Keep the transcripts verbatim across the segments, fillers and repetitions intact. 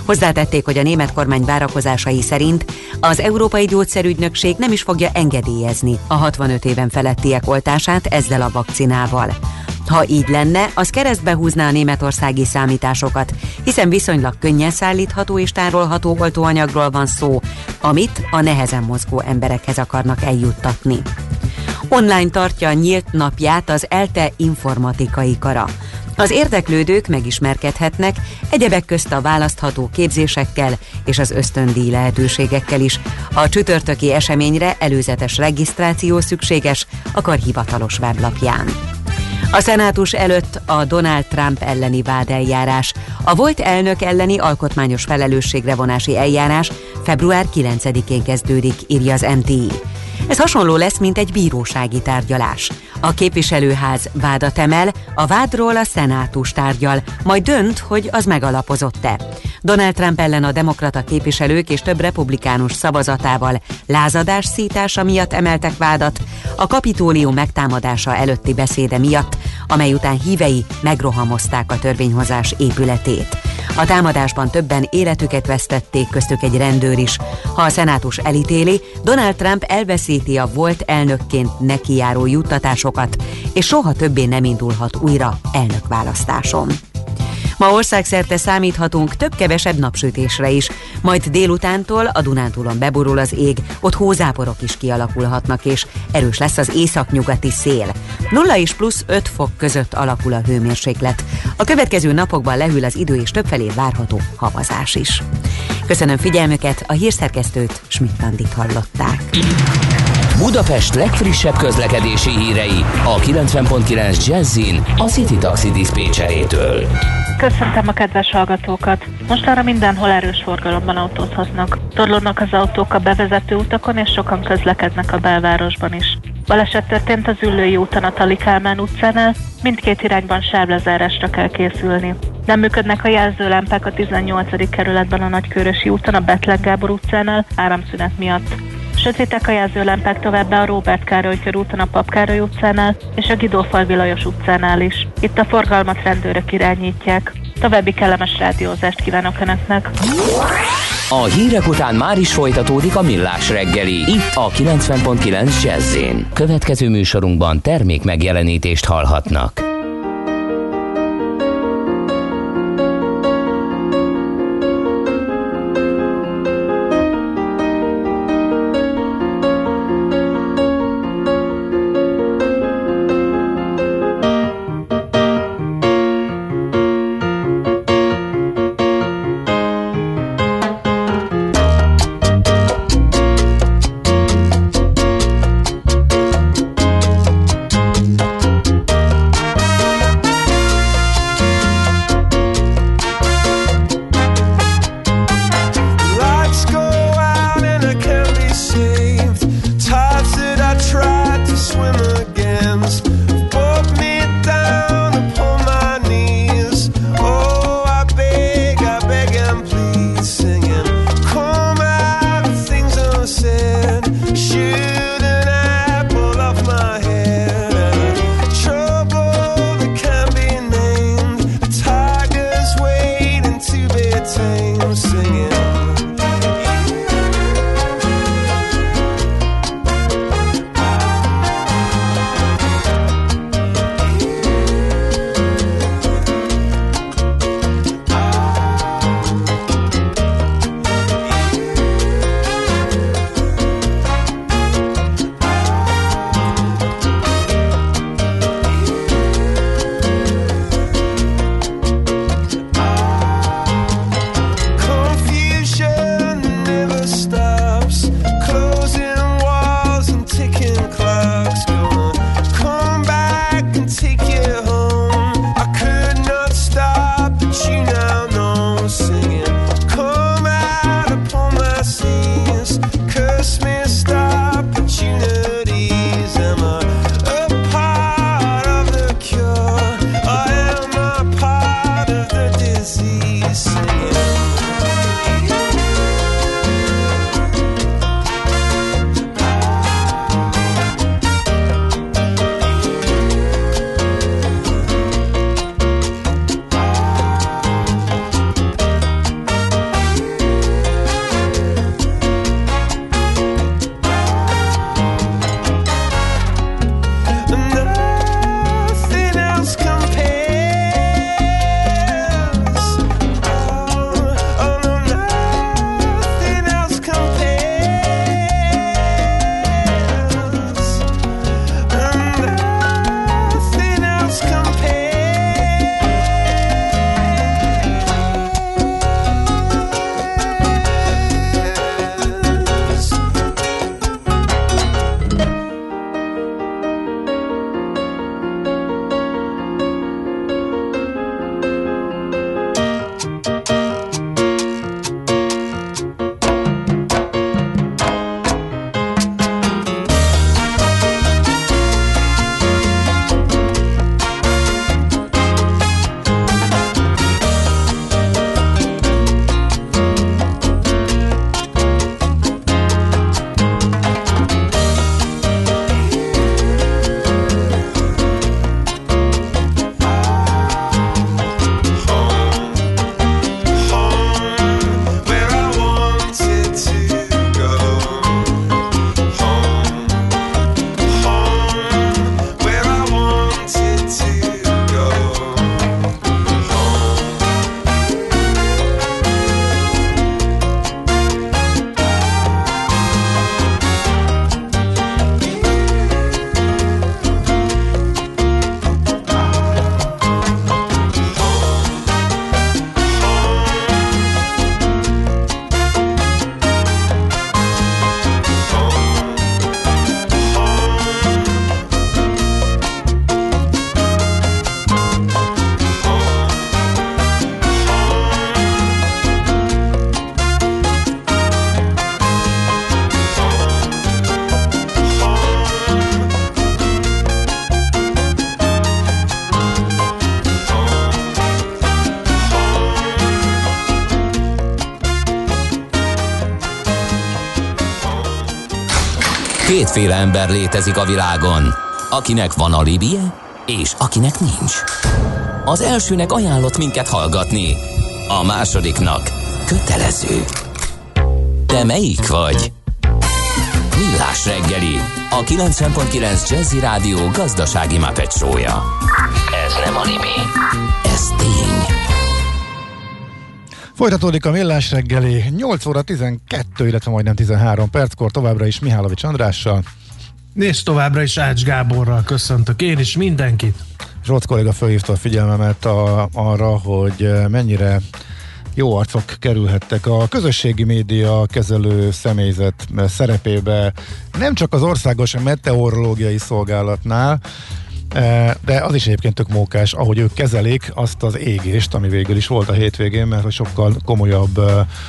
Hozzátették, hogy a német kormány várakozásai szerint az Európai Gyógyszerügynökség nem is fogja engedélyezni a hatvanöt éven felettiek oltását ezzel a vakcinával. Ha így lenne, az keresztbe húzná a németországi számításokat, hiszen viszonylag könnyen szállítható és tárolható oltóanyagról van szó, amit a nehezen mozgó emberekhez akarnak eljuttatni. Online tartja a nyílt napját az ELTE informatikai kara. Az érdeklődők megismerkedhetnek egyebek közt a választható képzésekkel és az ösztöndíj lehetőségekkel is. A csütörtöki eseményre előzetes regisztráció szükséges a kar hivatalos weblapján. A szenátus előtt a Donald Trump elleni vádeljárás. A volt elnök elleni alkotmányos felelősségre vonási eljárás február kilencedikén kezdődik, írja az em té i. Ez hasonló lesz, mint egy bírósági tárgyalás. A képviselőház vádat emel, a vádról a szenátus tárgyal, majd dönt, hogy az megalapozott-e. Donald Trump ellen a demokrata képviselők és több republikánus szavazatával lázadás-szítása miatt emeltek vádat, a Kapitólium megtámadása előtti beszéde miatt, amely után hívei megrohamozták a törvényhozás épületét. A támadásban többen életüket vesztették, köztük egy rendőr is. Ha a szenátus elítéli, Donald Trump elveszíti a volt elnökként nekijáró juttatásokat, és soha többé nem indulhat újra elnökválasztáson. Ma országszerte számíthatunk több-kevesebb napsütésre is, majd délutántól a Dunántúlon beborul az ég, ott hózáporok is kialakulhatnak, és erős lesz az északnyugati szél. nulla és plusz öt fok között alakul a hőmérséklet. A következő napokban lehűl az idő, és többfelé várható havazás is. Köszönöm figyelmüket, a hírszerkesztőt, Schmidt-Andit hallották. Budapest legfrissebb közlekedési hírei a kilencven pont kilenc Jazzin a City Taxi diszpécserétől. Köszöntöm a kedves hallgatókat! Mostanra mindenhol erős forgalomban autózhatnak. Torlódnak az autók a bevezető utakon, és sokan közlekednek a belvárosban is. Baleset történt az Üllői úton a Thaly Kálmán utcánál, mindkét irányban sávlezárásra kell készülni. Nem működnek a jelzőlámpák a tizennyolcadik kerületben a Nagykőrösi úton a Bethlen Gábor utcánál áramszünet miatt. Sötétek a jelzőlámpák továbbá a Róbert Károly körúton a Pap Károly utcánál és a Guidó-Falvi Lajos utcánál is. Itt a forgalmat rendőrök irányítják. További kellemes rádiózást kívánok Önöknek! A hírek után már is folytatódik a Millás reggeli, itt a kilencven pont kilenc Jazz-én. Következő műsorunkban termék megjelenítést hallhatnak. Kétféle ember létezik a világon, akinek van alibije, és akinek nincs. Az elsőnek ajánlott minket hallgatni, a másodiknak kötelező. Te melyik vagy? Millás reggeli, a kilencven pont kilenc Jazzy Rádió gazdasági Muppet show-ja. Ez nem anime, ez tény. Folytatódik a Millás reggeli, nyolc óra tizenkettő, illetve majdnem tizenhárom perckor, továbbra is Mihálovics Andrással. És továbbra is Ács Gáborral köszöntök én is mindenkit. Zsolc kolléga felhívta a figyelmemet a, arra, hogy mennyire jó arcok kerülhettek a közösségi média kezelő személyzet szerepébe, nem csak az Országos Meteorológiai Szolgálatnál, de az is egyébként tök mókás, ahogy ők kezelik azt az égést, ami végül is volt a hétvégén, mert sokkal komolyabb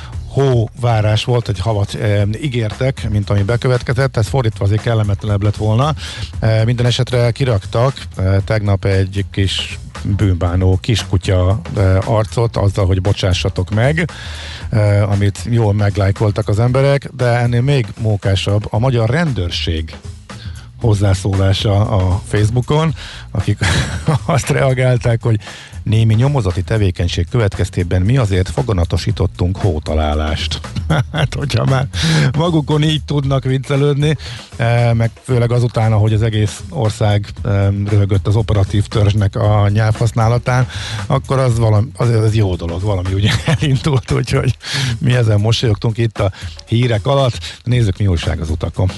hóvárás volt, hogy havat e, ígértek, mint ami bekövetkezett, ez fordítva azért kellemetlenebb lett volna. E, minden esetre kiraktak e, tegnap egy kis bűnbánó kiskutya e, arcot azzal, hogy bocsássatok meg, e, amit jól meglájkoltak az emberek, de ennél még mókásabb a magyar rendőrség hozzászólása a Facebookon, akik azt reagálták, hogy némi nyomozati tevékenység következtében mi azért foganatosítottunk hótalálást. Hát, hogyha már magukon így tudnak viccelődni, meg főleg azután, ahogy az egész ország röhögött az operatív törzsnek a nyelvhasználatán, akkor az, valami, az, az jó dolog, valami ugye elindult, úgyhogy mi ezen mosolyogtunk itt a hírek alatt. Nézzük, mi újság az utakon.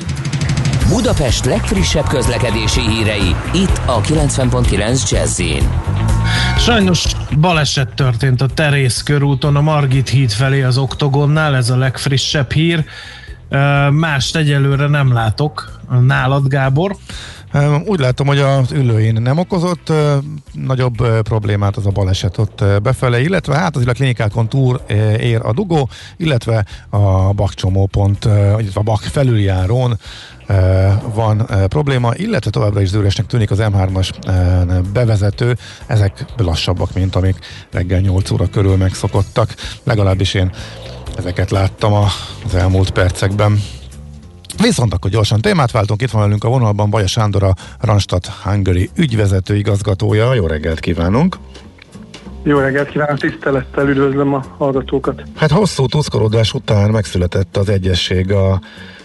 Budapest legfrissebb közlekedési hírei, itt a kilencven pont kilenc Jazz-in. Sajnos baleset történt a Terész körúton, a Margit híd felé az Oktogonnál, ez a legfrissebb hír. Mást egyelőre nem látok. Nálad, Gábor? Úgy látom, hogy az ülőin nem okozott nagyobb problémát az a baleset ott befele, illetve hát azért a klinikákon túl ér a dugó, illetve a bakcsomópont, illetve a bak felüljárón van probléma, illetve továbbra is zűrösnek tűnik az em hármas bevezető, ezek lassabbak, mint amik reggel nyolc óra körül megszokottak, legalábbis én ezeket láttam az elmúlt percekben. Viszont akkor gyorsan témát váltunk, itt van velünk a vonalban Baja Sándor, a Randstad Hungary ügyvezető igazgatója. Jó reggelt kívánunk! Jó reggelt kívánok, tisztelettel üdvözlöm a hallgatókat! Hát hosszú tuszkolódás után megszületett az egyesség a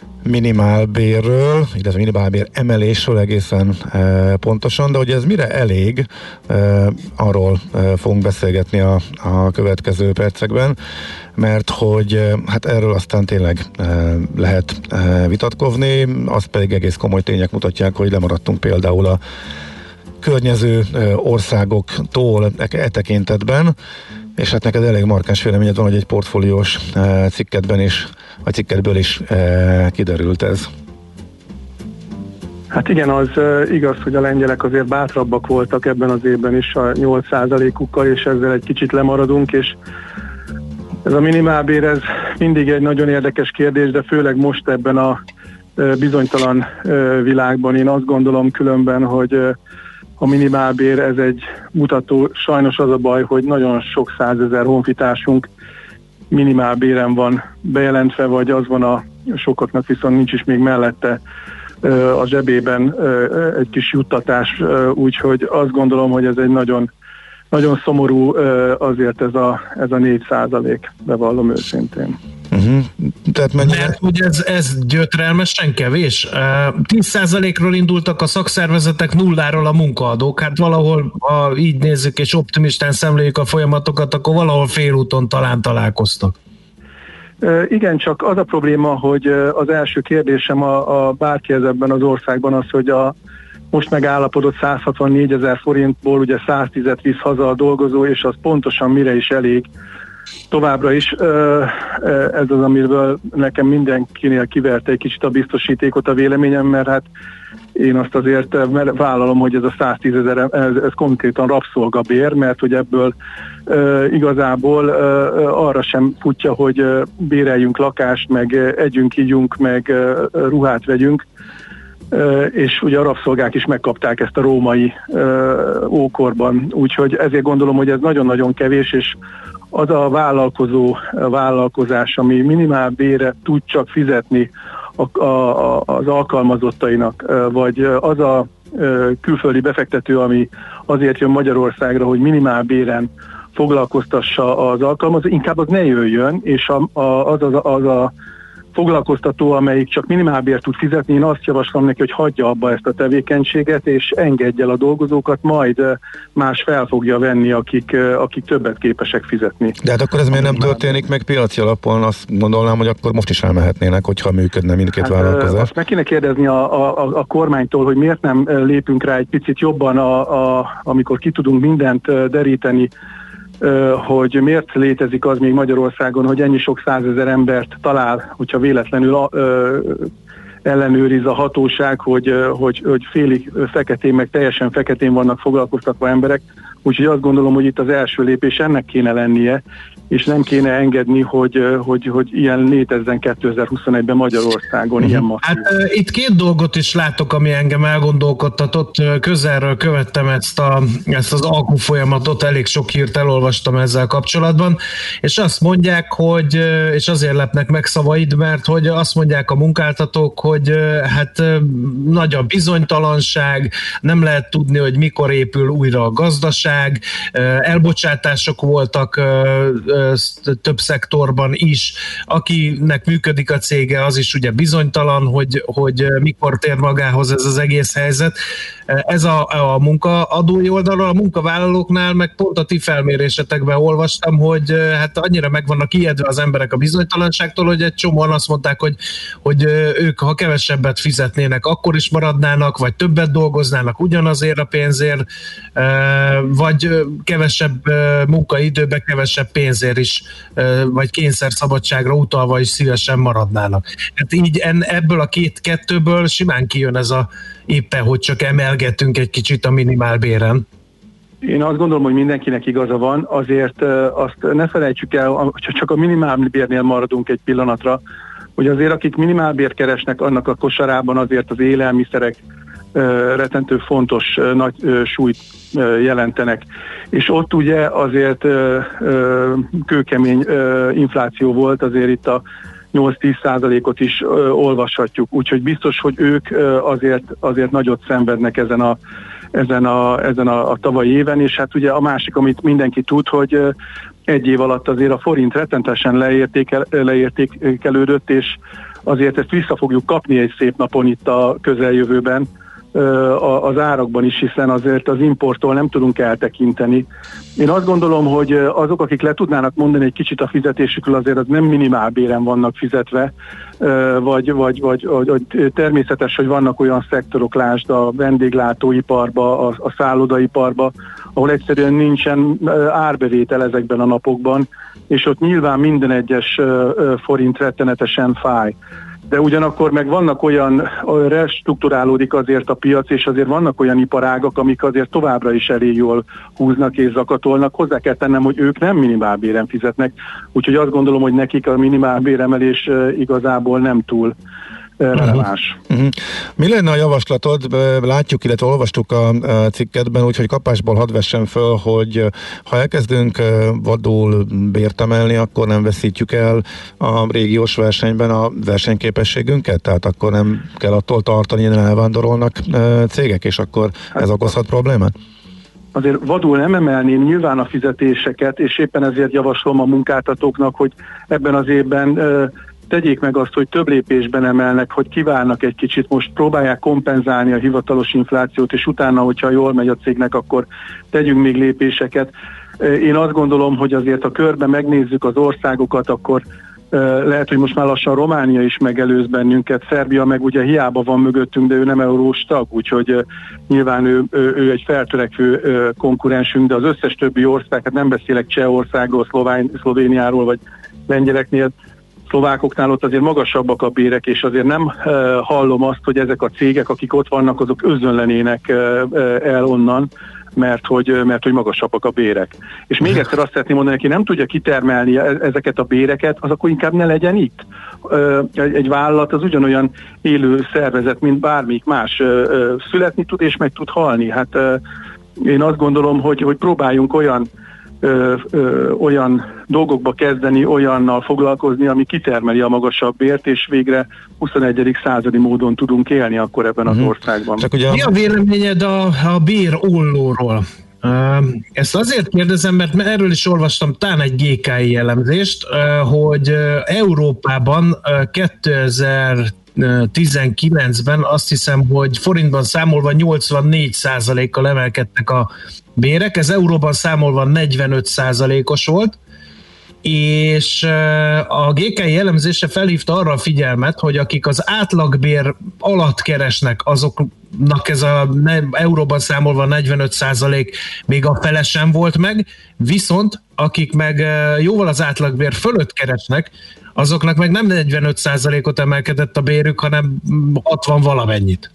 minimálbérről, illetve minimálbér emelésről egészen e, pontosan, de hogy ez mire elég, e, arról e, fogunk beszélgetni a, a következő percekben, mert hogy e, hát erről aztán tényleg e, lehet e, vitatkozni, azt pedig egész komoly tények mutatják, hogy lemaradtunk például a környező e, országoktól e, e tekintetben, és hát neked elég markáns véleményed van, hogy egy portfóliós e, cikketben is, a cikketből is e, kiderült ez. Hát igen, az e, igaz, hogy a lengyelek azért bátrabbak voltak ebben az évben is a nyolc százalékukkal, és ezzel egy kicsit lemaradunk, és ez a minimálbér, ez mindig egy nagyon érdekes kérdés, de főleg most ebben a e, bizonytalan e, világban én azt gondolom különben, hogy e, a minimálbér, ez egy mutató, sajnos az a baj, hogy nagyon sok százezer honfitársunk minimálbéren van bejelentve, vagy az van a sokaknak, viszont nincs is még mellette a zsebében egy kis juttatás, úgyhogy azt gondolom, hogy ez egy nagyon, nagyon szomorú azért ez a, ez a négy százalék, bevallom őszintén. Uh-huh. Tehát mennyire... Mert hogy ez, ez gyötrelmesen kevés. tíz százalékról indultak a szakszervezetek, nulláról a munkaadók. Hát valahol, ha így nézzük és optimistán szemléljük a folyamatokat, akkor valahol félúton talán találkoztak. Igen, csak az a probléma, hogy az első kérdésem a, a bárki ebben az országban az, hogy a most megállapodott száz hatvannégy ezer forintból ugye száztízet visz haza a dolgozó, és az pontosan mire is elég. Továbbra is ez az, amiről nekem mindenkinél kiverte egy kicsit a biztosítékot a véleményem, mert hát én azt azért vállalom, hogy ez a száztízezer, ez, ez konkrétan rabszolgabér, mert hogy ebből igazából arra sem futja, hogy béreljünk lakást, meg együnk, ígyunk, meg ruhát vegyünk, és ugye a rabszolgák is megkapták ezt a római ókorban, úgyhogy ezért gondolom, hogy ez nagyon-nagyon kevés, és az a vállalkozó vállalkozás, ami minimálbére tud csak fizetni a, a, az alkalmazottainak, vagy az a külföldi befektető, ami azért jön Magyarországra, hogy minimálbéren foglalkoztassa az alkalmazó, inkább az ne jöjjön, és a, a, az, az, az a foglalkoztató, amelyik csak minimálbért tud fizetni, én azt javaslom neki, hogy hagyja abba ezt a tevékenységet, és engedje el a dolgozókat, majd más fel fogja venni, akik, akik többet képesek fizetni. De hát akkor ez miért nem történik meg piaci alapon? Azt gondolnám, hogy akkor most is elmehetnének, hogyha működne mindkét hát, vállalkozás. Azt meg kéne kérdezni a, a, a kormánytól, hogy miért nem lépünk rá egy picit jobban, a, a, amikor ki tudunk mindent deríteni, hogy miért létezik az még Magyarországon, hogy ennyi sok százezer embert talál, hogyha véletlenül ö, ellenőriz a hatóság, hogy, hogy, hogy félig feketén, meg teljesen feketén vannak foglalkoztatva emberek. Úgyhogy azt gondolom, hogy itt az első lépés ennek kéne lennie, és nem kéne engedni, hogy, hogy, hogy ilyen létezzen kétezer-huszonegyben Magyarországon, uh-huh. ilyen masszív. Hát uh, itt két dolgot is látok, ami engem elgondolkodtatott. Közelről követtem ezt, a, ezt az alkufolyamatot, elég sok hírt elolvastam ezzel kapcsolatban, és azt mondják, hogy, és azért lepnek meg szavaid, mert hogy azt mondják a munkáltatók, hogy hát nagy a bizonytalanság, nem lehet tudni, hogy mikor épül újra a gazdaság, elbocsátások voltak több szektorban is, akinek működik a cége, az is ugye bizonytalan, hogy, hogy mikor tér magához ez az egész helyzet. Ez a, a munkaadói oldalról, a munkavállalóknál meg pont a ti felmérésetekben olvastam, hogy hát annyira meg vannak ijedve az emberek a bizonytalanságtól, hogy egy csomóan azt mondták, hogy, hogy ők ha kevesebbet fizetnének, akkor is maradnának, vagy többet dolgoznának ugyanazért a pénzért, vagy kevesebb munkaidőbe, kevesebb pénzért is, vagy kényszer szabadságra utalva is szívesen maradnának. Hát így ebből a két kettőből simán kijön ez a éppen, hogy csak emelgetünk egy kicsit a minimálbéren. Én azt gondolom, hogy mindenkinek igaza van, azért azt ne felejtsük el, hogyha csak a minimálbérnél maradunk egy pillanatra, hogy azért akik minimálbért keresnek, annak a kosarában azért az élelmiszerek rettentő fontos nagy súlyt jelentenek. És ott ugye azért kőkemény infláció volt, azért itt a nyolc-tíz százalékot is olvashatjuk, úgyhogy biztos, hogy ők azért, azért nagyot szenvednek ezen a, ezen, a, ezen a, a tavalyi éven, és hát ugye a másik, amit mindenki tud, hogy egy év alatt azért a forint rettentesen leértékel, leértékelődött, és azért ezt vissza fogjuk kapni egy szép napon itt a közeljövőben, az árakban is, hiszen azért az importtól nem tudunk eltekinteni. Én azt gondolom, hogy azok, akik le tudnának mondani egy kicsit a fizetésükről, azért az nem minimálbéren vannak fizetve, vagy, vagy, vagy, vagy természetes, hogy vannak olyan szektorok, lásd a vendéglátóiparba, a, a szállodaiparba, ahol egyszerűen nincsen árbevétel ezekben a napokban, és ott nyilván minden egyes forint rettenetesen fáj. De ugyanakkor meg vannak olyan, restrukturálódik azért a piac, és azért vannak olyan iparágak, amik azért továbbra is elég jól húznak és zakatolnak. Hozzá kell tennem, hogy ők nem minimálbéren fizetnek, úgyhogy azt gondolom, hogy nekik a minimálbéremelés igazából nem túl releváns. Uh-huh. Mi lenne a javaslatod? Látjuk, illetve olvastuk a cikketben, úgyhogy kapásból hadd vessen föl, hogy ha elkezdünk vadul bért emelni, akkor nem veszítjük el a régiós versenyben a versenyképességünket? Tehát akkor nem kell attól tartani, hogy elvándorolnak cégek, és akkor ez okozhat problémát? Azért vadul nem emelném nyilván a fizetéseket, és éppen ezért javaslom a munkáltatóknak, hogy ebben az évben tegyék meg azt, hogy több lépésben emelnek, hogy kiválnak egy kicsit, most próbálják kompenzálni a hivatalos inflációt, és utána, hogyha jól megy a cégnek, akkor tegyünk még lépéseket. Én azt gondolom, hogy azért ha körbe megnézzük az országokat, akkor lehet, hogy most már lassan Románia is megelőz bennünket, Szerbia meg ugye hiába van mögöttünk, de ő nem eurós tag, úgyhogy nyilván ő, ő egy feltörekvő konkurensünk, de az összes többi ország, hát nem beszélek Csehországról, Szlován, Szlovéniáról vagy lengyeleknél, szlovákoknál ott azért magasabbak a bérek, és azért nem uh, hallom azt, hogy ezek a cégek, akik ott vannak, azok özönlenének uh, el onnan, mert hogy, mert hogy magasabbak a bérek. És még egyszer azt szeretném mondani, hogy nem tudja kitermelni ezeket a béreket, az akkor inkább ne legyen itt. Uh, egy, egy vállalat az ugyanolyan élő szervezet, mint bármelyik más. Uh, születni tud és meg tud halni. Hát uh, én azt gondolom, hogy, hogy próbáljunk olyan ö, ö, olyan dolgokba kezdeni, olyannal foglalkozni, ami kitermeli a magasabb bért, és végre huszonegyedik századi módon tudunk élni akkor ebben uh-huh. az országban. Csak ugye... Mi a véleményed a, a bér ollóról? Ezt azért kérdezem, mert erről is olvastam talán egy gé ká i elemzést, hogy Európában kétezer-tizenkilencben azt hiszem, hogy forintban számolva nyolcvannégy százalékkal emelkedtek a bérek, ez euróban számolva negyvenöt százalékos volt, és a gé ká i elemzése felhívta arra a figyelmet, hogy akik az átlagbér alatt keresnek, azoknak ez a euróban számolva negyvenöt százalék még a fele sem volt meg, viszont akik meg jóval az átlagbér fölött keresnek, azoknak meg nem negyvenöt százalékot emelkedett a bérük, hanem hatvan valamennyit.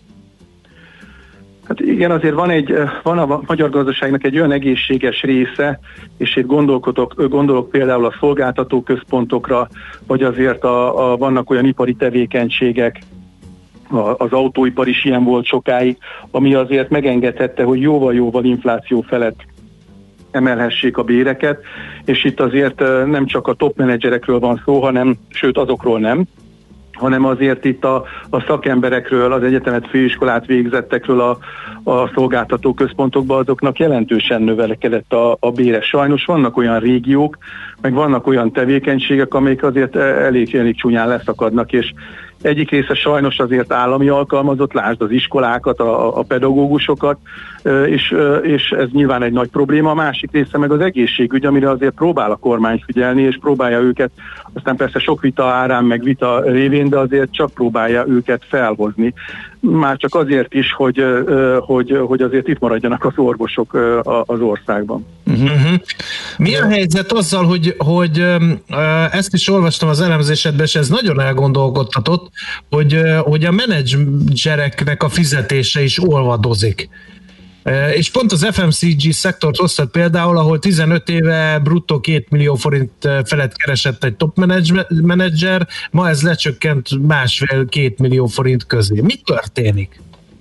Hát igen, azért van, egy, van a magyar gazdaságnak egy olyan egészséges része, és itt gondolkodok, gondolok például a szolgáltató központokra, vagy azért a, a, vannak olyan ipari tevékenységek, a, az autóipar is ilyen volt sokáig, ami azért megengedhette, hogy jóval-jóval infláció felett emelhessék a béreket, és itt azért nem csak a top menedzserekről van szó, hanem, sőt azokról nem, hanem azért itt a, a szakemberekről, az egyetemet, főiskolát végzettekről a, a szolgáltató központokban, azoknak jelentősen növelkedett a, a bére. Sajnos vannak olyan régiók, meg vannak olyan tevékenységek, amelyek azért elég, elég csúnyán leszakadnak, és egyik része sajnos azért állami alkalmazott, lásd az iskolákat, a, a pedagógusokat, és, és ez nyilván egy nagy probléma. A másik része meg az egészségügy, amire azért próbál a kormány figyelni, és próbálja őket, aztán persze sok vita árán, meg vita révén, de azért csak próbálja őket felhozni. Már csak azért is, hogy, hogy, hogy azért itt maradjanak az orvosok az országban. Uh-huh. Mi a helyzet azzal, hogy, hogy ezt is olvastam az elemzésedben, és ez nagyon elgondolkodtatott, hogy, hogy a menedzsereknek a fizetése is olvadozik. És pont az ef em cé gé szektort hoztad például, ahol tizenöt éve bruttó két millió forint felett keresett egy top menedzser, ma ez lecsökkent másfél-két millió forint közé. Mi történik?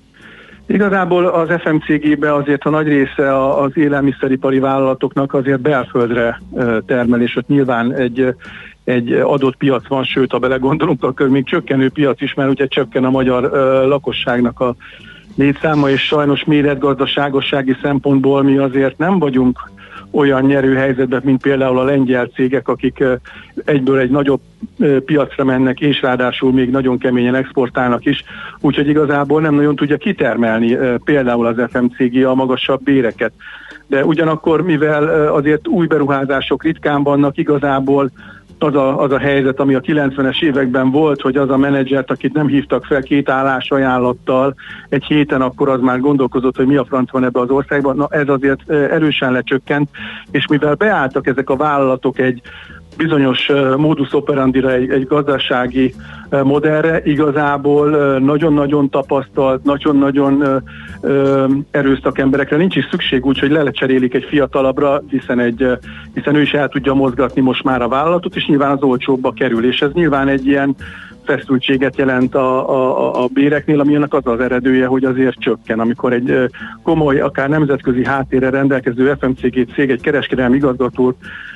Igazából az ef em cé gé-be azért a nagy része az élelmiszeripari vállalatoknak azért belföldre termel, és ott nyilván egy, egy adott piac van, sőt, ha belegondolunk, akkor még csökkenő piac is, mert ugye csökken a magyar lakosságnak a létszáma, és sajnos méretgazdaságossági szempontból mi azért nem vagyunk olyan nyerő helyzetben, mint például a lengyel cégek, akik egyből egy nagyobb piacra mennek, és ráadásul még nagyon keményen exportálnak is, úgyhogy igazából nem nagyon tudja kitermelni például az ef em cé gé a magasabb béreket. De ugyanakkor, mivel azért új beruházások ritkán vannak, igazából az a, az a helyzet, ami a kilencvenes években volt, hogy az a menedzsert, akit nem hívtak fel két állásajánlattal egy héten, akkor az már gondolkozott, hogy mi a franc van ebbe az országban. Na ez azért erősen lecsökkent, és mivel beálltak ezek a vállalatok egy bizonyos modus operandira, egy, egy gazdasági modellre, igazából nagyon-nagyon tapasztalt, nagyon-nagyon erőszak emberekre nincs is szükség, úgyhogy lelecserélik egy fiatalabbra, hiszen, egy, hiszen ő is el tudja mozgatni most már a vállalatot, és nyilván az olcsóbbba kerül, és ez nyilván egy ilyen feszültséget jelent a, a, a béreknél, ami annak az az eredője, hogy azért csökken. Amikor egy komoly, akár nemzetközi háttérre rendelkező ef em cé gé cég egy kereskedelmi igazgatót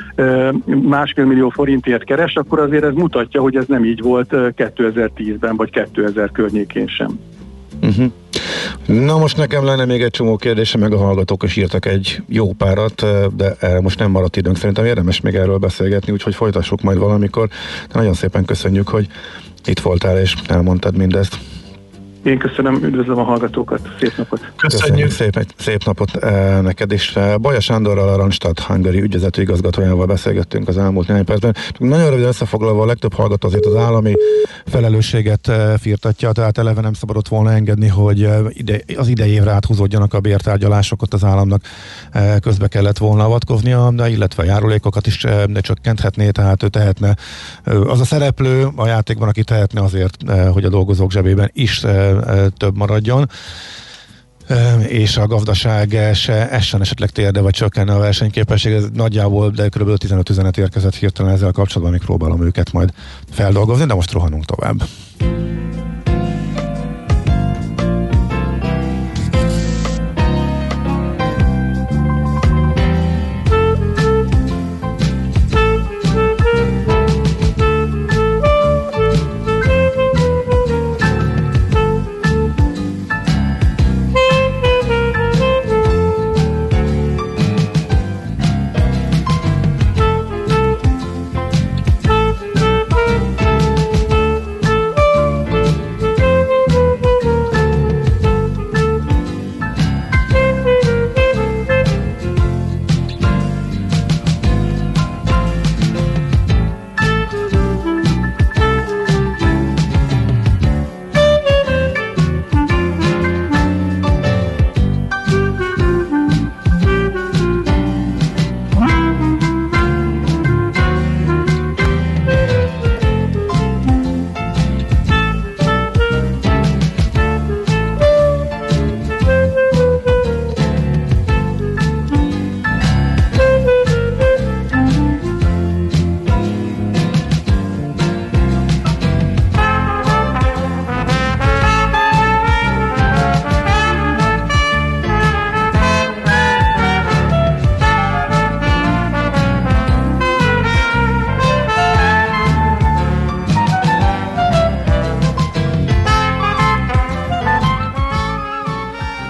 másfél millió forintért keres, akkor azért ez mutatja, hogy ez nem így volt kétezer-tízben vagy kétezer környékén sem. Uh-huh. Na most nekem lenne még egy csomó kérdése, meg a hallgatók is írtak egy jó párat, de most nem maradt időnk, szerintem érdemes még erről beszélgetni, úgyhogy folytassuk majd valamikor. De nagyon szépen köszönjük, hogy itt voltál és elmondtad mindezt. Én köszönöm, üdvözlöm a hallgatókat, szép napot! Köszönjük! Szép, szép napot eh, neked is. Baja Sándorral, a Randstad Hungary ügyvezető igazgatójával beszélgettünk az elmúlt néhány percben. Nagyon röviden összefoglalva, a legtöbb hallgató azért az állami felelősséget eh, firtatja, tehát eleve nem szabadott volna engedni, hogy eh, ide, az idei évre áthúzódjanak a bértárgyalások, ott az államnak eh, közbe kellett volna avatkoznia, de illetve a járulékokat is eh, csökkenthetné, tehát ő tehetne, eh, az a szereplő a játékban, aki tehetne azért, eh, hogy a dolgozók zsebében is eh, több maradjon, és a gazdaság se essen esetleg térde, vagy csökkenne a versenyképesség. Ez nagyjából, de kb. tizenöt üzenet érkezett hirtelen ezzel kapcsolatban, még próbálom őket majd feldolgozni, de most rohanunk tovább.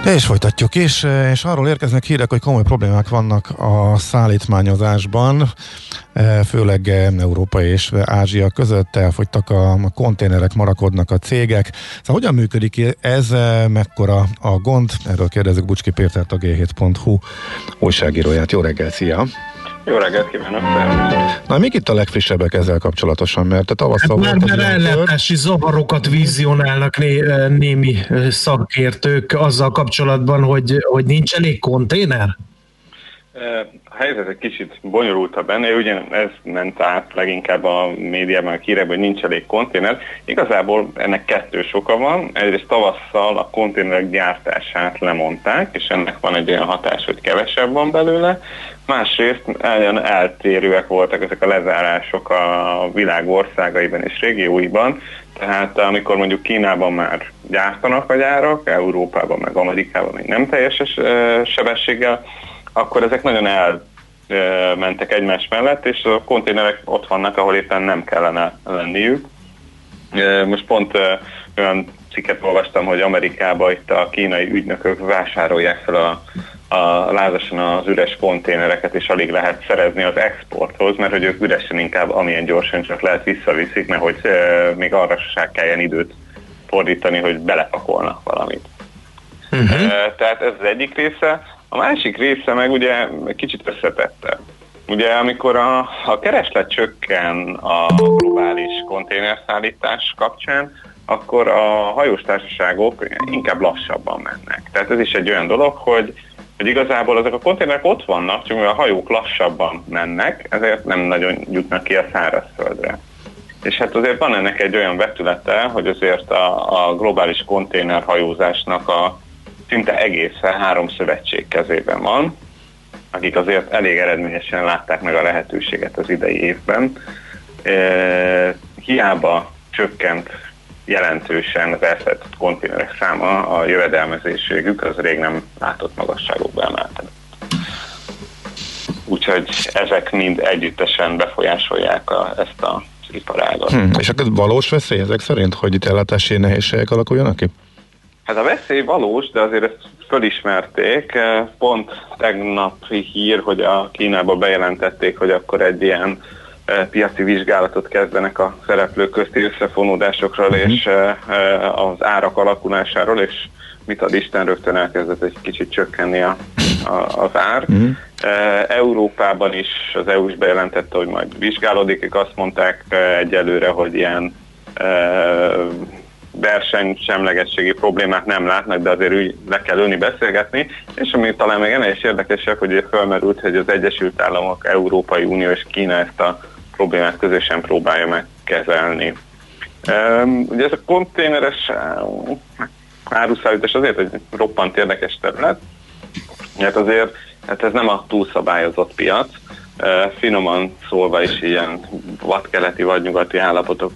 És folytatjuk is, és arról érkeznek hírek, hogy komoly problémák vannak a szállítmányozásban, főleg Európa és Ázsia között, elfogytak a konténerek, marakodnak a cégek. Szóval hogyan működik ez, mekkora a gond? Erről kérdezzük Bucski Pétert, a gé hét pont hu újságíróját. Jó reggel, szia! Jó reggelt kívánok! Na, mik itt a legfrissebbek ezzel kapcsolatosan? Mert a tavasszal hát volt már ellátási zavarokat vizionálnak né, némi szakértők azzal kapcsolatban, hogy, hogy nincs elég konténer? A helyzet egy kicsit bonyolultabb benne, ugye ez ment át leginkább a médiában, a hírekben, hogy nincs elég konténer. Igazából ennek kettős oka van. Egyrészt tavasszal a konténerek gyártását lemondták, és ennek van egy olyan hatás, hogy kevesebb van belőle. Másrészt olyan eltérőek voltak ezek a lezárások a világ országaiban és régióiban, tehát amikor mondjuk Kínában már gyártanak a gyárak, Európában meg Amerikában még nem teljes sebességgel, akkor ezek nagyon elmentek egymás mellett, és a konténerek ott vannak, ahol éppen nem kellene lenniük. Most pont olyan cikket olvastam, hogy Amerikában itt a kínai ügynökök vásárolják fel a, a lázasan az üres konténereket, és alig lehet szerezni az exporthoz, mert hogy ők üresen inkább amilyen gyorsan csak lehet visszaviszik, mert hogy még arra se kelljen időt fordítani, hogy belepakolnak valamit. Uh-huh. Tehát ez az egyik része. A másik része meg ugye kicsit összetette. Ugye amikor a, a kereslet csökken a globális konténerszállítás kapcsán, akkor a hajós társaságok inkább lassabban mennek. Tehát ez is egy olyan dolog, hogy, hogy igazából ezek a konténerek ott vannak, csak a hajók lassabban mennek, ezért nem nagyon jutnak ki a szárazföldre. És hát azért van ennek egy olyan vetülete, hogy azért a, a globális konténerhajózásnak a szinte egészen három szövetség kezében van, akik azért elég eredményesen látták meg a lehetőséget az idei évben. E, hiába csökkent jelentősen az elszállított konténerek száma, a jövedelmezésségük az rég nem látott magasságokba emelkedett. Úgyhogy ezek mind együttesen befolyásolják a, ezt a iparágat. Hmm, és akkor valós veszély ezek szerint, hogy itt ellátási nehézségek alakuljanak ki? Hát a veszély valós, de azért ezt fölismerték. Pont tegnapi hír, hogy a Kínába bejelentették, hogy akkor egy ilyen piaci vizsgálatot kezdenek a szereplők közti összefonódásokról uh-huh. és az árak alakulásáról, és mit ad Isten, rögtön elkezdett egy kicsit csökkenni a, a, az ár. Uh-huh. Európában is az é u is bejelentette, hogy majd vizsgálódik, ők azt mondták egyelőre, hogy ilyen versenysemlegességi problémát nem látnak, de azért úgy le kell ülni, beszélgetni, és ami talán még ennél is érdekesebb, hogy felmerült, hogy az Egyesült Államok, Európai Unió és Kína ezt a problémát közösen próbálja megkezelni. Um, ugye ez a konténeres áruszállítás azért egy roppant érdekes terület, mert azért hát ez nem a túlszabályozott piac, uh, finoman szólva is ilyen vadkeleti vagy nyugati állapotok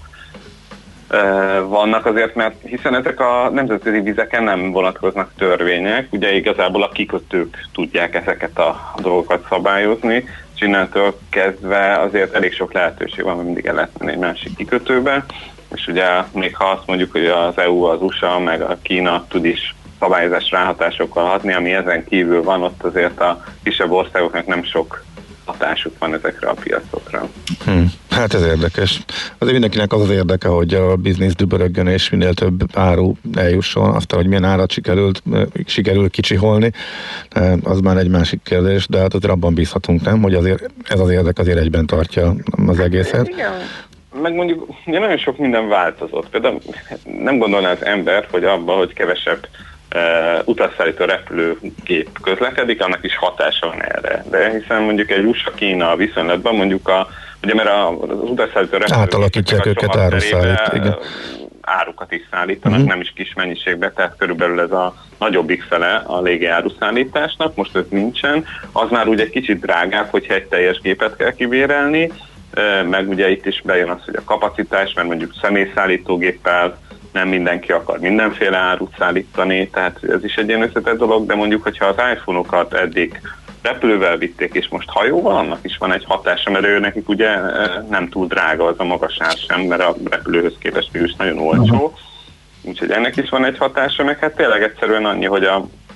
vannak azért, mert hiszen ezek a nemzetközi vizeken nem vonatkoznak törvények, ugye igazából a kikötők tudják ezeket a dolgokat szabályozni, és innentől kezdve azért elég sok lehetőség van, hogy mindig el lehet menni egy másik kikötőbe, és ugye még ha azt mondjuk, hogy az é u, az u es á, meg a Kína tud is szabályozás ráhatásokkal hatni, ami ezen kívül van, ott azért a kisebb országoknak nem sok hatásuk van ezekre a piacokra. Hmm. Hát ez érdekes. Azért mindenkinek az az érdeke, hogy a biznisz dübörögjön és minél több áru eljusson, aztán, hogy milyen árat sikerült, sikerül kicsiholni, az már egy másik kérdés, de hát azért abban bízhatunk, nem, hogy azért ez az érdek azért egyben tartja az egészet. Igen. Meg mondjuk ugye nagyon sok minden változott. Például nem gondolná az ember, hogy abban, hogy kevesebb Uh, utasszállító repülőgép közlekedik, annak is hatása van erre. De hiszen mondjuk egy u es á-Kína viszonylatban mondjuk a, ugye mert az utasszállító repülőgépek átalakítják őket áruszállít, igen. árukat is szállítanak, uh-huh. nem is kis mennyiségbe, tehát körülbelül ez a nagyobbik fele a légi áruszállításnak, most ez nincsen, az már úgy egy kicsit drágább, hogyha egy teljes gépet kell kibérelni, uh, meg ugye itt is bejön az, hogy a kapacitás, mert mondjuk személyszállítógéppel nem mindenki akar mindenféle árut szállítani, tehát ez is egy ilyen összetett dolog, de mondjuk, hogyha az iPhone-okat eddig repülővel vitték, és most hajóval, annak is van egy hatása, mert ő nekik ugye nem túl drága az a magas ár sem, mert a repülőhöz képest mégis nagyon olcsó, úgyhogy ennek is van egy hatása, meg hát tényleg egyszerűen annyi, hogy a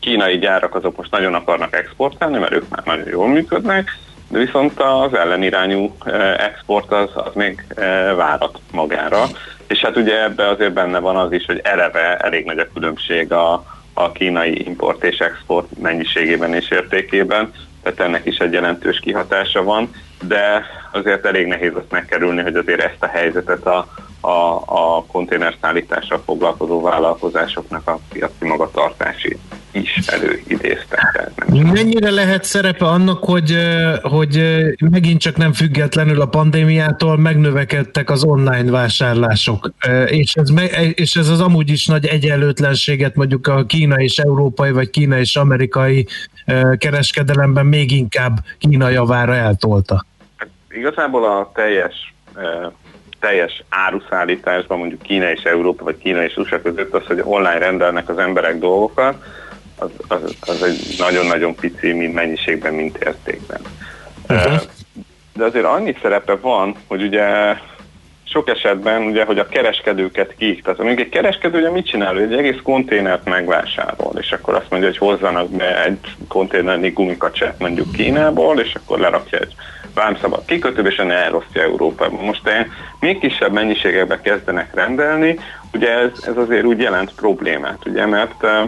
kínai gyárak azok most nagyon akarnak exportálni, mert ők már nagyon jól működnek, de viszont az ellenirányú export az, az még várat magára. És hát ugye ebbe azért benne van az is, hogy eleve elég nagy a különbség a, a kínai import és export mennyiségében és értékében, tehát ennek is egy jelentős kihatása van, de azért elég nehéz azt megkerülni, hogy azért ezt a helyzetet a, a, a konténerszállítással foglalkozó vállalkozásoknak a piaci magatartási is előidéztek. Mennyire lehet szerepe annak, hogy, hogy megint csak nem függetlenül a pandémiától megnövekedtek az online vásárlások, és ez, és ez az amúgy is nagy egyenlőtlenséget mondjuk a kínai és európai, vagy kínai és amerikai kereskedelemben még inkább Kína javára eltolta? Igazából a teljes teljes áruszállításban, mondjuk Kína és Európa, vagy Kína és u es á között az, hogy online rendelnek az emberek dolgokat, az, az, az egy nagyon-nagyon pici, mind mennyiségben, mind értékben. Uh-huh. De azért annyi szerepe van, hogy ugye sok esetben, ugye, hogy a kereskedőket ki, tehát mondjuk egy kereskedő ugye mit csinál, hogy egy egész konténert megvásárol, és akkor azt mondja, hogy hozzanak be egy konténernyi gumikacset mondjuk Kínából, és akkor lerakja egy vámszabad kikötőbe, és elosztja Európában. Most még kisebb mennyiségekbe kezdenek rendelni, ugye ez, ez azért úgy jelent problémát, ugye, mert e,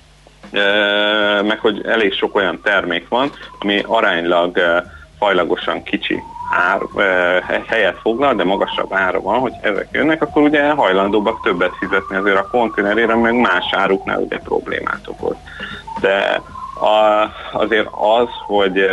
e, meg hogy elég sok olyan termék van, ami aránylag e, fajlagosan kicsi ár, e, helyet foglal, de magasabb ára van, hogy ezek jönnek, akkor ugye hajlandóbbak többet fizetni azért a konténerére, meg más áruknál ugye problémát okoz. De a, azért az, hogy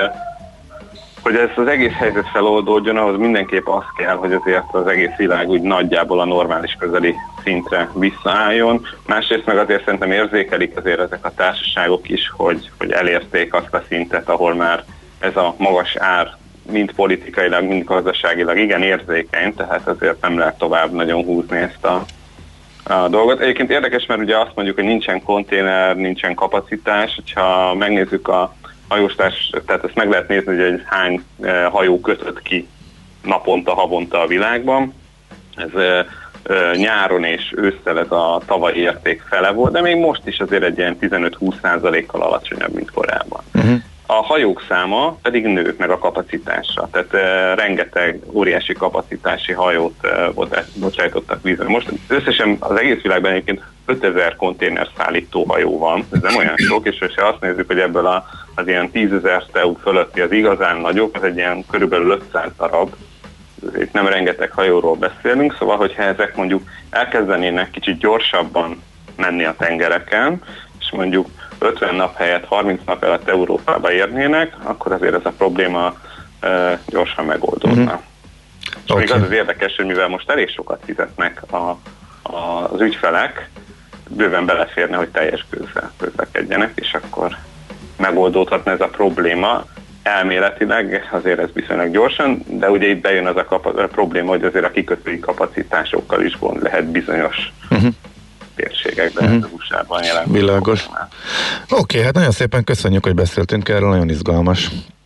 hogy ez az egész helyzet feloldódjon, ahhoz mindenképp az kell, hogy azért az egész világ úgy nagyjából a normális közeli szintre visszaálljon. Másrészt meg azért szerintem érzékelik azért ezek a társaságok is, hogy, hogy elérték azt a szintet, ahol már ez a magas ár mind politikailag, mind gazdaságilag igen érzékeny, tehát azért nem lehet tovább nagyon húzni ezt a, a dolgot. Egyébként érdekes, mert ugye azt mondjuk, hogy nincsen konténer, nincsen kapacitás, hogyha megnézzük a hajóstárs, tehát ezt meg lehet nézni, hogy egy hány hajó kötött ki naponta, havonta a világban. Ez e, e, nyáron és ősszel ez a tavalyi érték fele volt, de még most is azért egy ilyen tizenöt-húsz százalékkal alacsonyabb, mint korábban. Uh-huh. A hajók száma pedig nő meg a kapacitása, tehát e, rengeteg óriási kapacitási hajót e, bocsájtottak vízre. Most összesen az egész világban egyébként ötezer konténer szállító hajó van, ez nem olyan sok, és ha azt nézzük, hogy ebből a, az ilyen tízezer té u fölötti az igazán nagyok, ez egy ilyen körülbelül ötszáz darab, itt nem rengeteg hajóról beszélünk, szóval hogyha ezek mondjuk elkezdenének kicsit gyorsabban menni a tengereken, és mondjuk ötven nap helyett harminc nap alatt Európába érnének, akkor azért ez a probléma e, gyorsan megoldódna. Mm-hmm. És okay. Még az az érdekes, hogy mivel most elég sokat fizetnek a, a, az ügyfelek, bőven beleférne, hogy teljes gőzzel közlekedjenek, és akkor megoldódhatna ez a probléma. Elméletileg azért ez viszonylag gyorsan, de ugye itt bejön az a, kap- a probléma, hogy azért a kikötői kapacitásokkal is gond lehet bizonyos uh-huh. térségekben, uh-huh. az u es á-ban jelentős. Világos. Oké, okay, hát nagyon szépen köszönjük, hogy beszéltünk erről, nagyon izgalmas.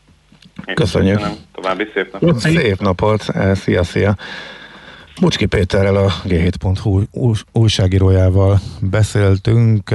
Én köszönjük. Köszönöm. További szép napot. Szép napot. Szia, szia. Bucski Péterrel, a gé hét pont hú újságírójával beszéltünk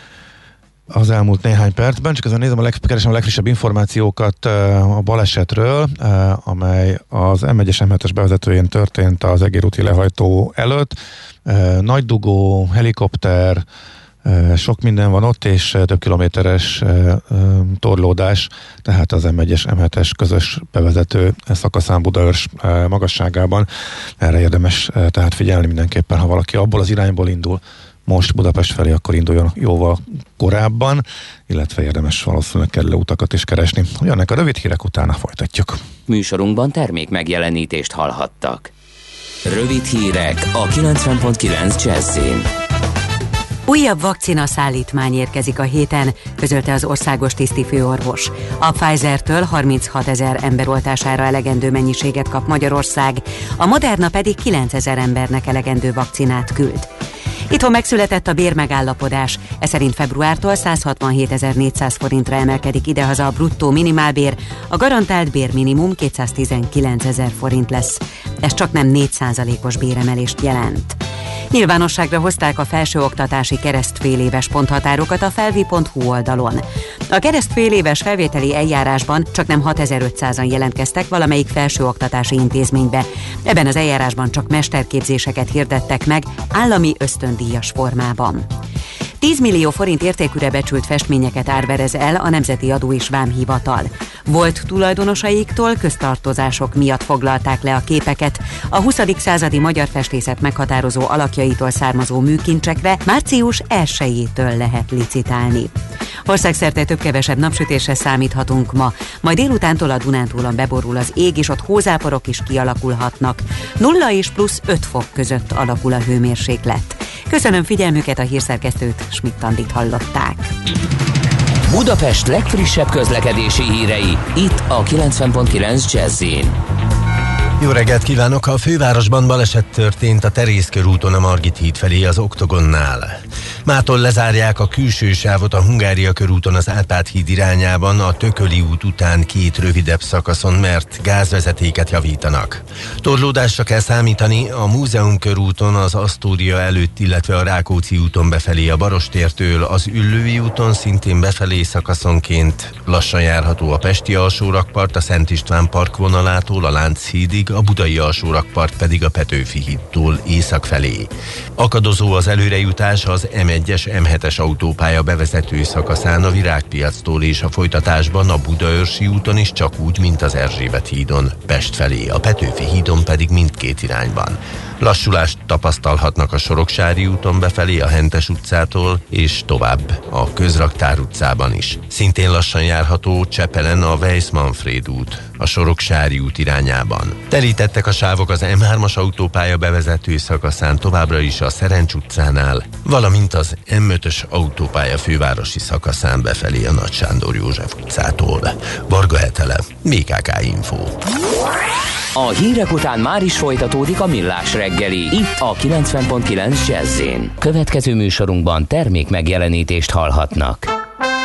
az elmúlt néhány percben, csak ezen nézem, a leg, keresem a legfrissebb információkat a balesetről, amely az em egyes em hetes bevezetőjén történt az egérúti lehajtó előtt. Nagy dugó, helikopter, sok minden van ott, és több kilométeres torlódás, tehát az em egyes em hetes közös bevezető szakaszán Budaörs magasságában. Erre érdemes tehát figyelni mindenképpen, ha valaki abból az irányból indul most Budapest felé, akkor induljon jóval korábban, illetve érdemes valószínűleg kerülő utakat is keresni. Jönnek a rövid hírek, utána folytatjuk. Műsorunkban termék megjelenítést hallhattak. Rövid hírek a kilencven pont kilenc Jazzin. Újabb vakcina szállítmány érkezik a héten, közölte az országos tisztifőorvos. A Pfizer-től harminchatezer ember oltására elegendő mennyiséget kap Magyarország, a Moderna pedig kilencezer embernek elegendő vakcinát küld. Itthon megszületett a bérmegállapodás, e szerint februártól száz hatvanhétezer-négyszáz forintra emelkedik idehaza a bruttó minimálbér, a garantált bérminimum kétszáztizenkilencezer forint lesz. Ez csak nem négy százalékos béremelést jelent. Nyilvánosságra hozták a felsőoktatási keresztféléves ponthatárokat a felvi pont hu oldalon. A keresztféléves felvételi eljárásban csaknem hatezer-ötszázan jelentkeztek valamelyik felsőoktatási intézménybe. Ebben az eljárásban csak mesterképzéseket hirdettek meg állami ösztöndíjas formában. tíz millió forint értékűre becsült festményeket árverez el a Nemzeti Adó és Vámhivatal. Volt tulajdonosaiktól köztartozások miatt foglalták le a képeket, a huszadik századi magyar festészet meghatározó alakjaitól származó műkincsekre március elsejétől lehet licitálni. Országszerte több-kevesebb napsütésre számíthatunk ma, majd délutántól a Dunántúlon beborul az ég, és ott hózáporok is kialakulhatnak. Nulla és plusz öt fok között alakul a hőmérséklet. Köszönöm figyelmüket, a hírszerkesztőt, Schmidt-Andit hallották. Budapest legfrissebb közlekedési hírei, itt a kilencven pont kilenc Jazz-in. Jó reggelt kívánok! A fővárosban baleset történt a Terész körúton a Margit híd felé az Oktogonnál. Mától lezárják a külső sávot a Hungária körúton az Árpád híd irányában a Tököli út után két rövidebb szakaszon, mert gázvezetéket javítanak. Torlódásra kell számítani a Múzeum körúton az Asztória előtt, illetve a Rákóczi úton befelé a Barostértől, az Üllői úton szintén befelé szakaszonként lassan járható a Pesti alsórakpart, a Szent István park vonalától a Lánchídig, a Budai alsórakpart pedig a Petőfi hídtól észak felé. Akadozó az előrejutás az em egyes em hetes autópálya bevezető szakaszán a Virágpiactól, és a folytatásban a Budaörsi úton is csak úgy, mint az Erzsébet hídon Pest felé, a Petőfi hídon pedig mindkét irányban. Lassulást tapasztalhatnak a Soroksári úton befelé a Hentes utcától, és tovább a Közraktár utcában is. Szintén lassan járható Csepelen a Weiss-Manfréd út a Soroksári út irányában. Telítettek a sávok az em hármas autópálya bevezető szakaszán továbbra is a Szerencs utcánál, valamint az em ötös autópálya fővárosi szakaszán befelé a Nagy Sándor József utcától. Varga Etele, bé ká ká Info. A hírek után már is folytatódik a Millás reggeli, itt a kilencven pont kilenc Jazz-in. Következő műsorunkban termék megjelenítést hallhatnak.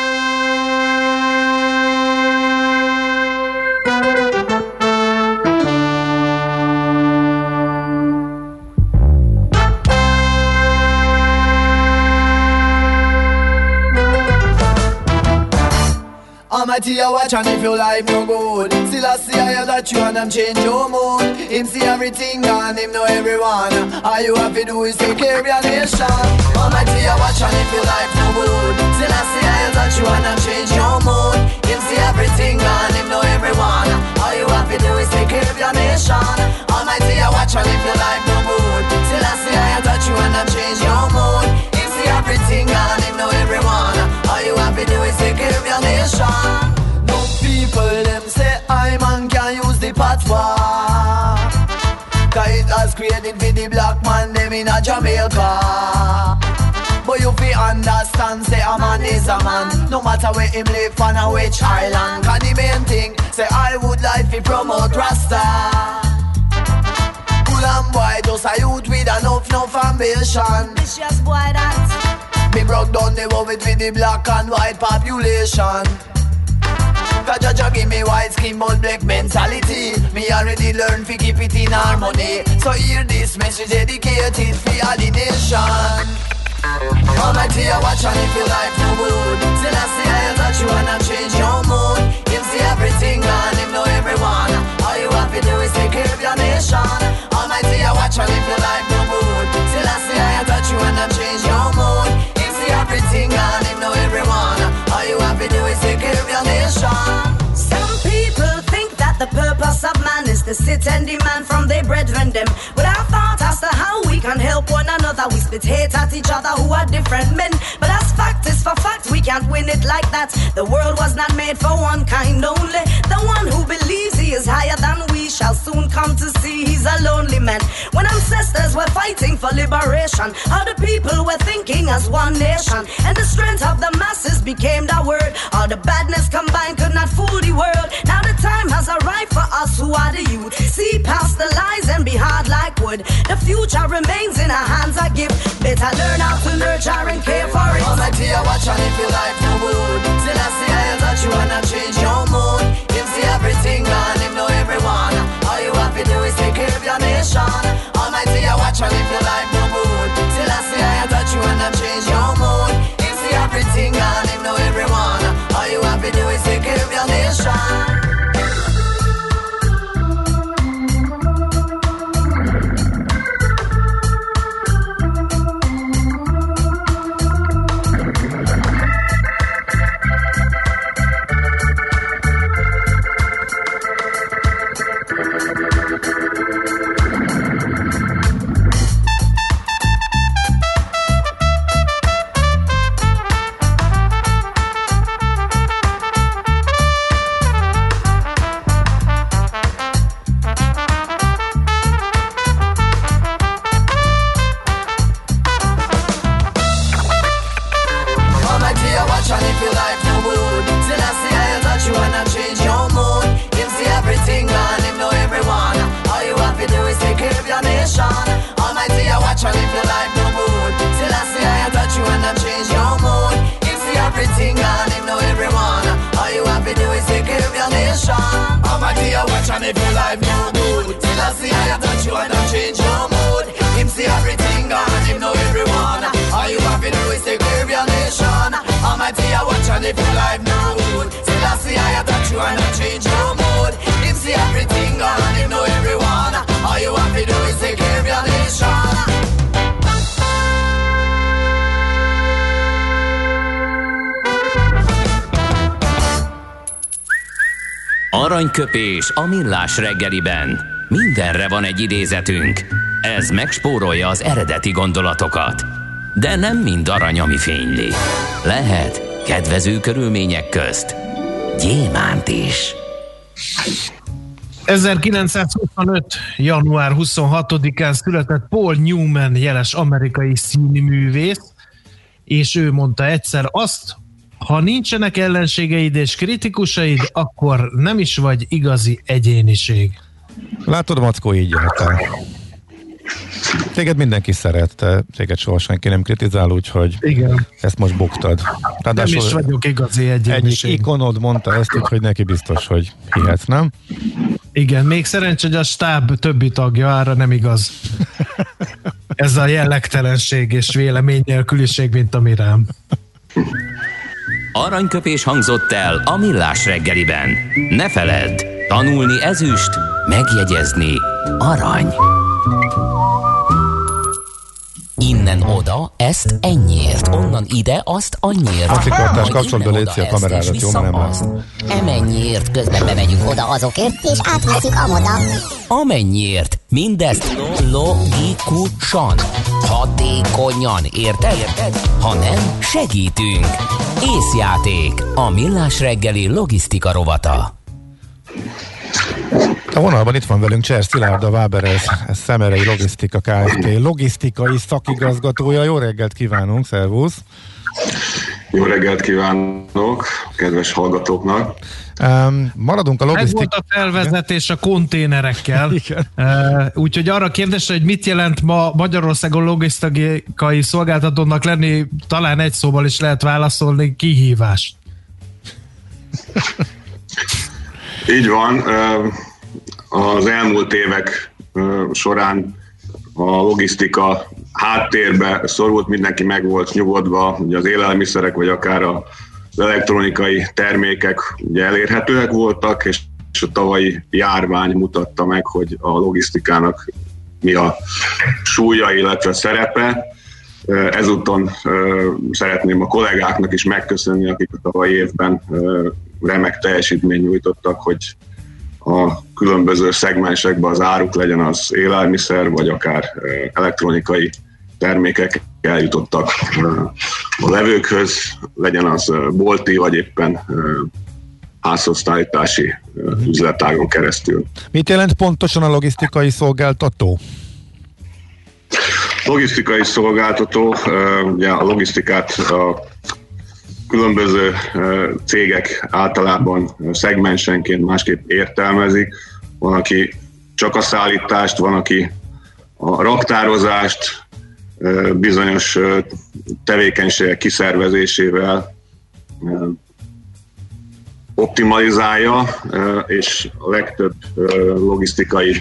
Almighty, you watch and if your life no good, still I see I that you and them change your mood. Him see everything and him know everyone. All you have to do is take care of your nation. Almighty, you watch and if your life no good, still I see I that you and them change your mood. Him see everything and him know everyone. All you have to do is take care of your nation. Almighty, you watch and if your life no good, still I see I that you and them change your mood. Him see everything and him know everyone. All you have to do is take care of your nation. No people them say I man can use the patois, cause it has created for the black man them in a Jamaica. But you fi understand say a man is a man, no matter where him live on a which island. Cause the main thing say I would like to promote Rasta. Cool and boy just a youth with enough enough ambition. Vicious boy that me broke down the world with the black and white population. Cause Jaja give me white skin but black mentality. Me already learned to keep it in harmony. So hear this message dedicated for all the nation. Almighty, you watch and if your life no good, still I see I that you wanna change your mood. Him see everything and him know everyone. All you have to do is take care of your nation. Almighty, you watch and if your life no good, still I see I that you wanna change your mood. Him see everything and him know everyone. All you have to do is take care of your nation. some people think that the purpose of man is to sit and demand from their brethren them, without thought as to how we can help one another. We spit hate at each other who are different men, but as fact is for fact, we can't win it like that. The world was not made for one kind only. The one who believes he is higher than we shall soon come to see he's a lonely man. When ancestors were fighting for liberation, all the people were thinking as one nation, and the strength of the masses became the word. All the badness combined could not fool the world. Now the time has arrived for us who are the youth. See past the lies and be hard like wood. The future remains in our hands, I give. Better learn how to nurture and care for it. Almighty, you watch and if your life no good, still I see I that you wanna change your mood. Him see everything and him know everyone. All you have to do is take care of your nation. Almighty, you watch and if your life no good, nation. Almighty, I watch and live your life no good. Still I see I touch you and I change your mood. If see everything gone, him know everyone. All you have to do is take care of your nation. Almighty, I watch and live your life no good. Still I see I touch you and I change your mood. Him see everything gone, him know everyone. All you have to do is take care of your nation. Almighty, I watch and live your life no good. Still I see I touch you and I change your mood. Him see everything gone, him know everyone. All you have to do is take care of your nation. Aranyköpés a millás reggeliben. Mindenre van egy idézetünk. Ez megspórolja az eredeti gondolatokat. De nem mind arany, ami fényli. Lehet kedvező körülmények közt gyémánt is. ezerkilencszázhuszonöt. január huszonhatodikán született Paul Newman, jeles amerikai színművész, és ő mondta egyszer azt, ha nincsenek ellenségeid és kritikusaid, akkor nem is vagy igazi egyéniség. Látod, Mackó, így jártál. Téged mindenki szeret, te, téged soha senki nem kritizál, úgyhogy igen. Ezt most buktad. Ráadásul nem is vagyok igazi egyéniség. Egyik ikonod mondta ezt, úgyhogy neki biztos, hogy hihetsz, nem? Igen, még szerencs, hogy a stáb többi tagja ára nem igaz. Ez a jellegtelenség és véleménynélküliség, mint ami rám. Aranyköpés hangzott el a millás reggeliben. Ne feledd, tanulni ezüst, megjegyezni arany. Innen oda, ezt ennyiért, onnan ide, azt annyiért. Pacikortás, kapcsolatban légy szél a kamerádat, jó, mert nem lesz. Emennyiért, közben bemegyünk oda azokért, és átveszünk amoda. Amennyiért, mindezt logikusan, hatékonyan, érted? Érted? Ha nem, segítünk. Észjáték, a millás reggeli logisztika rovata. A vonalban itt van velünk Cser Szilárd, a Waberers Szemerei Logisztika Kft. Logisztikai szakigazgatója. Jó reggelt kívánunk, szervusz! Jó reggelt kívánok, kedves hallgatóknak! Um, maradunk a logisztik... Ez volt a felvezetés a konténerekkel. uh, úgyhogy arra kérdésre, hogy mit jelent ma Magyarországon logisztikai szolgáltatónak lenni, talán egy szóval is lehet válaszolni, kihívás. Így van. Az elmúlt évek során a logisztika háttérbe szorult, mindenki meg volt nyugodva, ugye az élelmiszerek, vagy akár az elektronikai termékek ugye elérhetőek voltak, és a tavalyi járvány mutatta meg, hogy a logisztikának mi a súlya, illetve szerepe. Ezúton szeretném a kollégáknak is megköszönni, akik a tavalyi évben remek teljesítményt nyújtottak, hogy a különböző szegmensekben az áruk, legyen az élelmiszer, vagy akár elektronikai termékek eljutottak a vevőkhöz, legyen az bolti, vagy éppen házhozszállítási üzletágon keresztül. Mit jelent pontosan a logisztikai szolgáltató? Logisztikai szolgáltató, ugye a logisztikát a különböző cégek általában szegmensenként másképp értelmezik. Van, aki csak a szállítást, van, aki a raktározást, bizonyos tevékenységek kiszervezésével optimalizálja, és a legtöbb logisztikai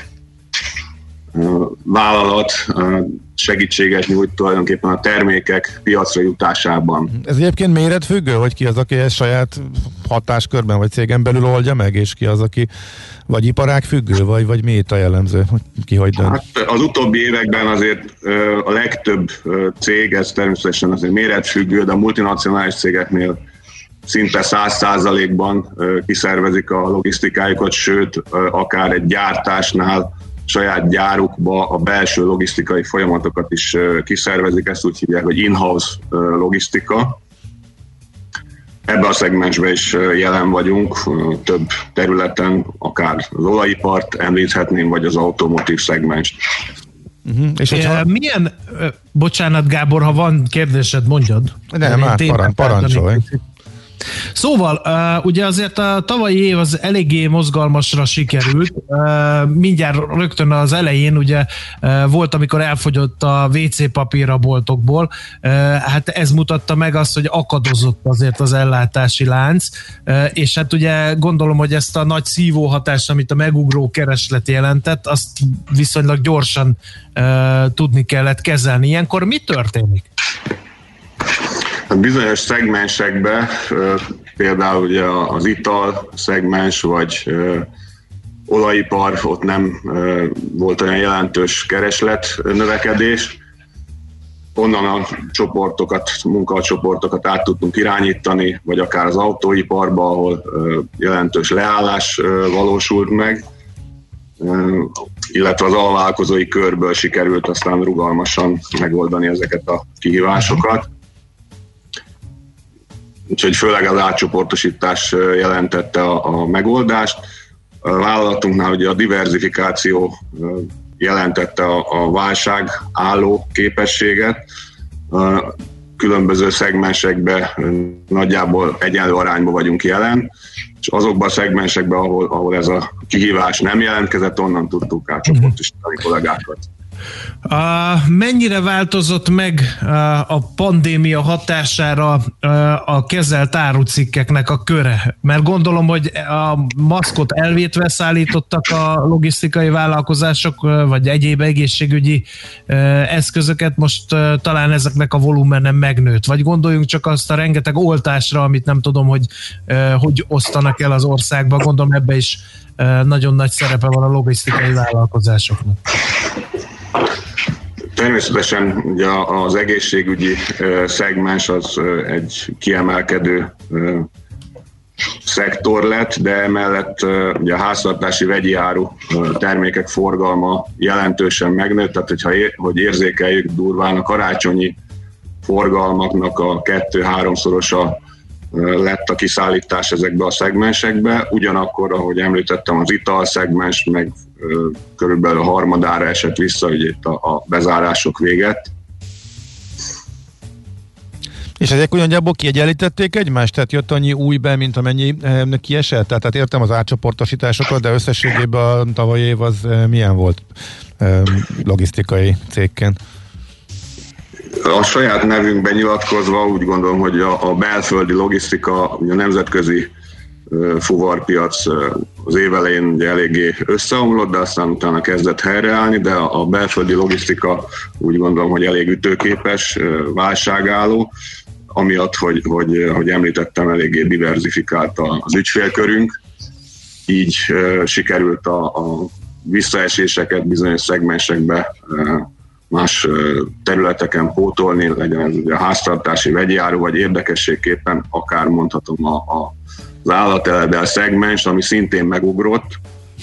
vállalat segítséget nyújt tulajdonképpen a termékek piacra jutásában. Ez egyébként méretfüggő, hogy ki az, aki ezt saját hatáskörben vagy cégen belül oldja meg, és ki az, aki vagy iparág függő, vagy, vagy mi itt a jellemző? Ki hogy dönt? Hát az utóbbi években azért a legtöbb cég, ez természetesen azért méretfüggő, de a multinacionális cégeknél szinte száz százalékban kiszervezik a logisztikájukat, sőt, akár egy gyártásnál saját gyárukba a belső logisztikai folyamatokat is kiszervezik, ezt úgy hívják, hogy in-house logisztika. Ebben a szegmensben is jelen vagyunk, több területen, akár az olajipart említhetném, vagy az automotív szegmenst. Uh-huh. És hogyha... Milyen, bocsánat Gábor, ha van kérdésed, mondjad. Nem, hát paran, parancsolj. Szóval, uh, ugye azért a tavalyi év az eléggé mozgalmasra sikerült. Uh, mindjárt rögtön az elején ugye uh, volt, amikor elfogyott a vé cé papír a boltokból. Uh, hát ez mutatta meg azt, hogy akadozott azért az ellátási lánc, uh, és hát ugye gondolom, hogy ezt a nagy szívóhatást, amit a megugró kereslet jelentett, azt viszonylag gyorsan uh, tudni kellett kezelni. Ilyenkor mi történik? Bizonyos szegmensekben, például ugye az ital szegmens, vagy olajipar, ott nem volt olyan jelentős kereslet növekedés. Onnan a csoportokat, munkacsoportokat át tudtunk irányítani, vagy akár az autóiparba, ahol jelentős leállás valósult meg, illetve az alvállalkozói körből sikerült aztán rugalmasan megoldani ezeket a kihívásokat. Úgyhogy főleg az átcsoportosítás jelentette a, a megoldást. A vállalatunknál ugye a diverzifikáció jelentette a, a válság álló képességet. A különböző szegmensekben nagyjából egyenlő arányban vagyunk jelen, és azokban a szegmensekben, ahol, ahol ez a kihívás nem jelentkezett, onnan tudtuk átcsoportosítani kollégákat. Uh, mennyire változott meg uh, a pandémia hatására uh, a kezelt árucikkeknek a köre? Mert gondolom, hogy a maszkot elvétve szállítottak a logisztikai vállalkozások, uh, vagy egyéb egészségügyi uh, eszközöket, most uh, talán ezeknek a volumene megnőtt. Vagy gondoljunk csak azt a rengeteg oltásra, amit nem tudom, hogy uh, hogy osztanak el az országba. Gondolom, ebbe is uh, nagyon nagy szerepe van a logisztikai vállalkozásoknak. Természetesen ugye az egészségügyi szegmens az egy kiemelkedő szektor lett, de emellett ugye a háztartási vegyi áru termékek forgalma jelentősen megnőtt, tehát hogyha ér, hogy érzékeljük durván, a karácsonyi forgalmaknak a kettő-háromszorosa lett a kiszállítás ezekbe a szegmensekbe, ugyanakkor, ahogy említettem, az ital szegmens meg körülbelül a harmadára esett vissza, ugye itt a, a bezárások véget. És ezek ugyanabból kiegyenlítették egymást? Tehát jött annyi új be, mint amennyi kiesett? Tehát, tehát értem az átcsoportosításokat, de összességében a tavalyi év az milyen volt logisztikai cégként? A saját nevünkben nyilatkozva úgy gondolom, hogy a, a belföldi logisztika, a nemzetközi uh, fuvarpiac uh, az év elején ugye eléggé összeomlott, de aztán utána kezdett helyreállni, de a, a belföldi logisztika úgy gondolom, hogy elég ütőképes, uh, válságálló, amiatt, hogy, hogy, hogy említettem, eléggé diverzifikált az ügyfélkörünk, így uh, sikerült a, a visszaeséseket bizonyos szegmensekbe uh, más területeken pótolni, legyen ez ugye a háztartási vegyiáru, vagy érdekességképpen akár mondhatom a, a, az állateledel szegmens, ami szintén megugrott.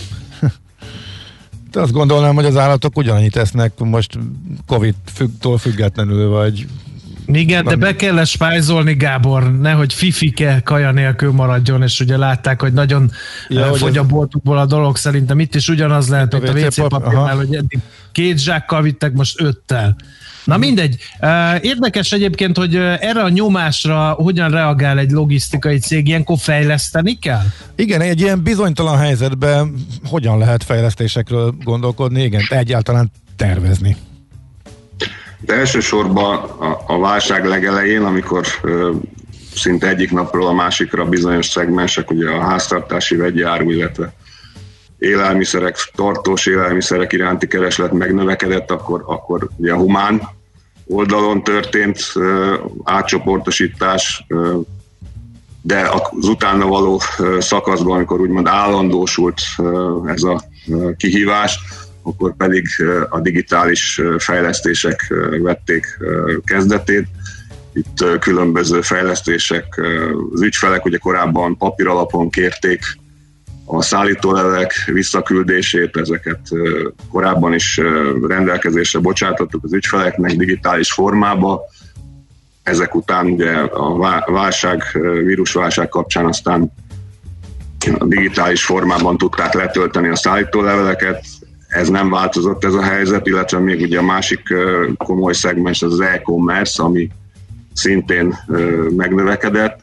De azt gondolnám, hogy az állatok ugyanannyit tesznek most Covid-tól függetlenül, vagy... Igen, de be kell spájzolni, Gábor, nehogy fifike kaja nélkül maradjon, és ugye látták, hogy nagyon ja, fogy a boltukból a dolog, szerintem itt is ugyanaz lehet, mint a vé cé papírnál, hogy eddig két zsákkal vittek, most öttel. Na mindegy. Érdekes egyébként, hogy erre a nyomásra hogyan reagál egy logisztikai cég, ilyenkor fejleszteni kell? Igen, egy ilyen bizonytalan helyzetben hogyan lehet fejlesztésekről gondolkodni, igen, egyáltalán tervezni. De elsősorban a, a válság legelején, amikor ö, szinte egyik napról a másikra bizonyos szegmensek, ugye a háztartási vegyiáru, illetve élelmiszerek, tartós élelmiszerek iránti kereslet megnövekedett, akkor, akkor ugye a humán oldalon történt ö, átcsoportosítás, ö, de az utána való ö, szakaszban, amikor úgymond állandósult ö, ez a ö, kihívás, akkor pedig a digitális fejlesztések vették kezdetét. Itt különböző fejlesztések, az ügyfelek ugye korábban papíralapon kérték a szállítólevelek visszaküldését, ezeket korábban is rendelkezésre bocsátottuk az ügyfeleknek digitális formába. Ezek után ugye a válság, vírusválság kapcsán aztán a digitális formában tudták letölteni a szállítóleveleket. Ez nem változott ez a helyzet, illetve még ugye a másik komoly szegmens az az e-commerce, ami szintén megnövekedett.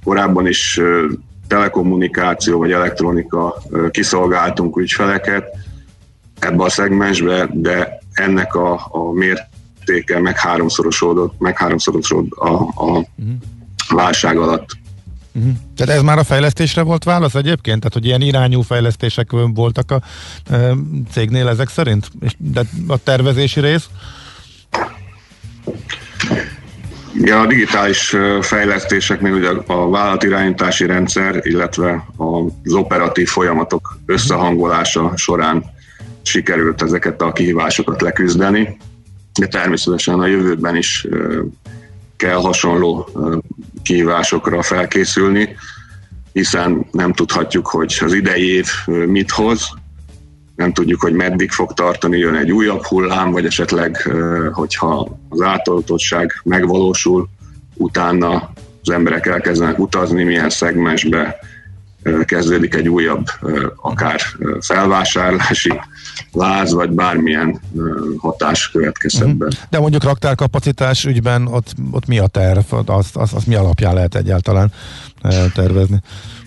korábban is telekommunikáció vagy elektronika kiszolgáltunk ügyfeleket ebbe a szegmensbe, de ennek a, a mértéke meg háromszorosodott, meg háromszorosodott a, a uh-huh. válság alatt. Uh-huh. Tehát ez már a fejlesztésre volt válasz egyébként? Tehát, hogy ilyen irányú fejlesztések voltak a e, cégnél ezek szerint? De a tervezési rész? Ja, a digitális fejlesztéseknél ugye a vállalatirányítási rendszer, illetve az operatív folyamatok összehangolása során sikerült ezeket a kihívásokat leküzdeni, de természetesen a jövőben is kell hasonló kihívásokra felkészülni, hiszen nem tudhatjuk, hogy az idei év mit hoz, nem tudjuk, hogy meddig fog tartani, jön egy újabb hullám, vagy esetleg, hogyha az átoltottság megvalósul, utána az emberek elkezdenek utazni, milyen szegmensbe kezdődik egy újabb, akár felvásárlási láz, vagy bármilyen hatás következhet be. De mondjuk raktárkapacitás ügyben ott, ott mi a terv? Azt az, az mi alapján lehet egyáltalán tervezni?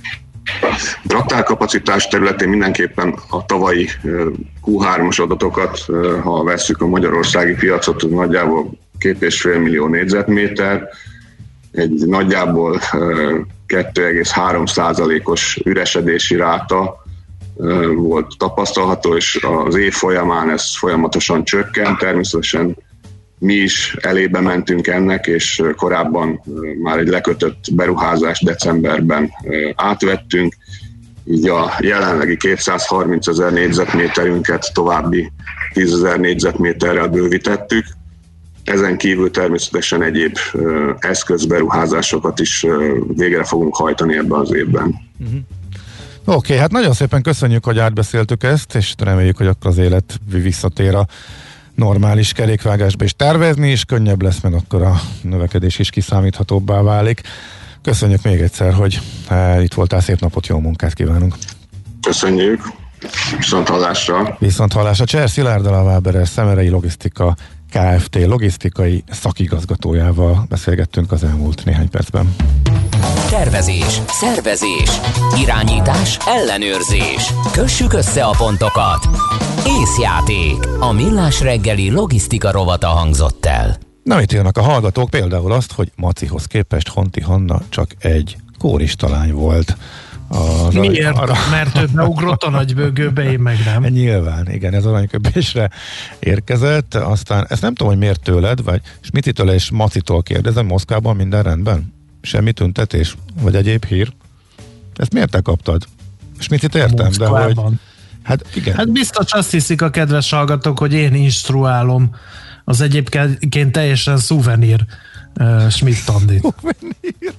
Raktárkapacitás területén mindenképpen a tavalyi kú hármas adatokat, ha vesszük a magyarországi piacot, nagyjából két és fél millió négyzetméter, egy nagyjából kettő egész három százalékos üresedési ráta volt tapasztalható, és az év folyamán ez folyamatosan csökkent. Természetesen mi is elébe mentünk ennek, és korábban már egy lekötött beruházást decemberben átvettünk, így a jelenlegi kétszázharmincezer négyzetméterünket további tízezer négyzetméterrel bővítettük. Ezen kívül természetesen egyéb eszközberuházásokat is végre fogunk hajtani ebben az évben. Uh-huh. Oké, okay, hát nagyon szépen köszönjük, hogy átbeszéltük ezt, és reméljük, hogy akkor az élet visszatér a normális kerékvágásba, és tervezni is könnyebb lesz, meg akkor a növekedés is kiszámíthatóbbá válik. Köszönjük még egyszer, hogy itt voltál, szép napot, jó munkát kívánunk! Köszönjük! Viszont hallásra! Viszont hallásra! Cser Szilárddal, a Waberer Szemerei Logisztika Kft. Logisztikai szakigazgatójával beszélgettünk az elmúlt néhány percben. Tervezés, szervezés, irányítás, ellenőrzés. Kössük össze a pontokat. Észjáték. A Millás reggeli logisztika rovata hangzott el. Nem itt írnak a hallgatók például azt, hogy Macihoz képest Honti Hanna csak egy kóristalány volt. Az Miért? Arra... Mert ő beugrott a nagybőgőbe, én meg nem. Nyilván, igen, ez aranyköpésre érkezett, aztán ezt nem tudom, hogy miért tőled, vagy Smititől és Macitól kérdezem, Moszkvában minden rendben? Semmi tüntetés? Vagy egyéb hír? Ezt miért te kaptad? Smitit értem, de hogy... Hát, igen. Hát biztos azt hiszik a kedves hallgatók, hogy én instruálom az egyébként teljesen szuvenír uh, Schmidt Tandit. Szuvenír?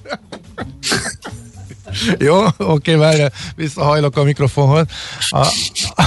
Jó, oké, várj, visszahajlok a mikrofonhoz. A, a,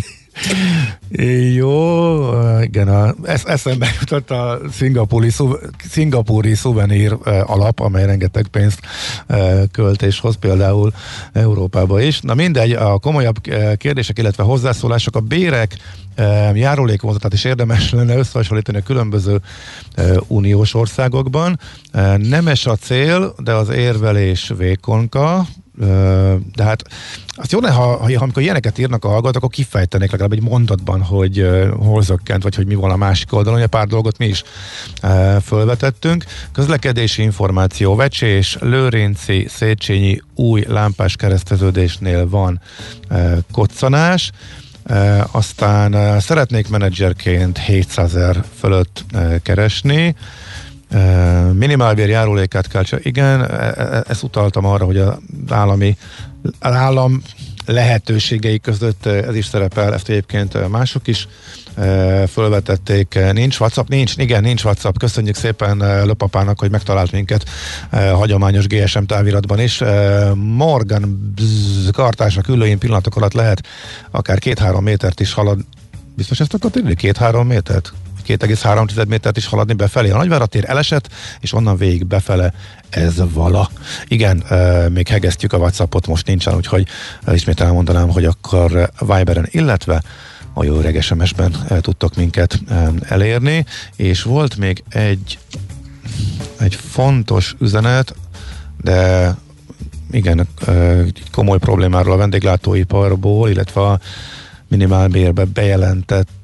jó, igen, a, ez, eszembe jutott a szingapúri, szuv, szingapúri szuvenír alap, amely rengeteg pénzt költ és hoz például Európába is. Na mindegy, a komolyabb kérdések, illetve hozzászólások, a bérek járulékvonzatát is érdemes lenne összehasonlítani a különböző uniós országokban. Nemes a cél, de az érvelés vékonka, de hát azt jó lenne, ha, ha amikor ilyeneket írnak a hallgatók, akkor kifejtenék legalább egy mondatban, hogy uh, hol zökkent, vagy hogy mi van a másik oldalon. Ugye pár dolgot mi is uh, fölvetettünk. Közlekedési információ, Vecsés, Lőrinci, Széchenyi új lámpás kereszteződésnél van uh, koccanás. Uh, aztán uh, szeretnék menedzserként hétszázezer fölött uh, keresni. Uh, minimálbér járulékát kell csak. Igen, e- ezt utaltam arra, hogy az állami az állam lehetőségei között ez is szerepel, ezt egyébként mások is uh, fölvetették. Nincs WhatsApp? Nincs, igen, nincs WhatsApp. Köszönjük szépen uh, Löpapának, hogy megtalált minket uh, hagyományos gé es em táviratban is. Uh, Morgan bzz, kartásnak ülőin pillanatok alatt lehet akár két-három métert is halad. Biztos ezt akart írni? Két-három métert? két egész három métert is haladni befelé. A Nagyvárad tér elesett, és onnan végig befele ez vala. Igen, e, még hegesztjük a WhatsAppot, most nincsen, úgyhogy ismét elmondanám, hogy akkor Viberen, illetve a jó öreg es em es-ben e, tudtok minket e, elérni, és volt még egy egy fontos üzenet, de igen, komoly problémáról a vendéglátóiparból, illetve a minimálbérbe bejelentett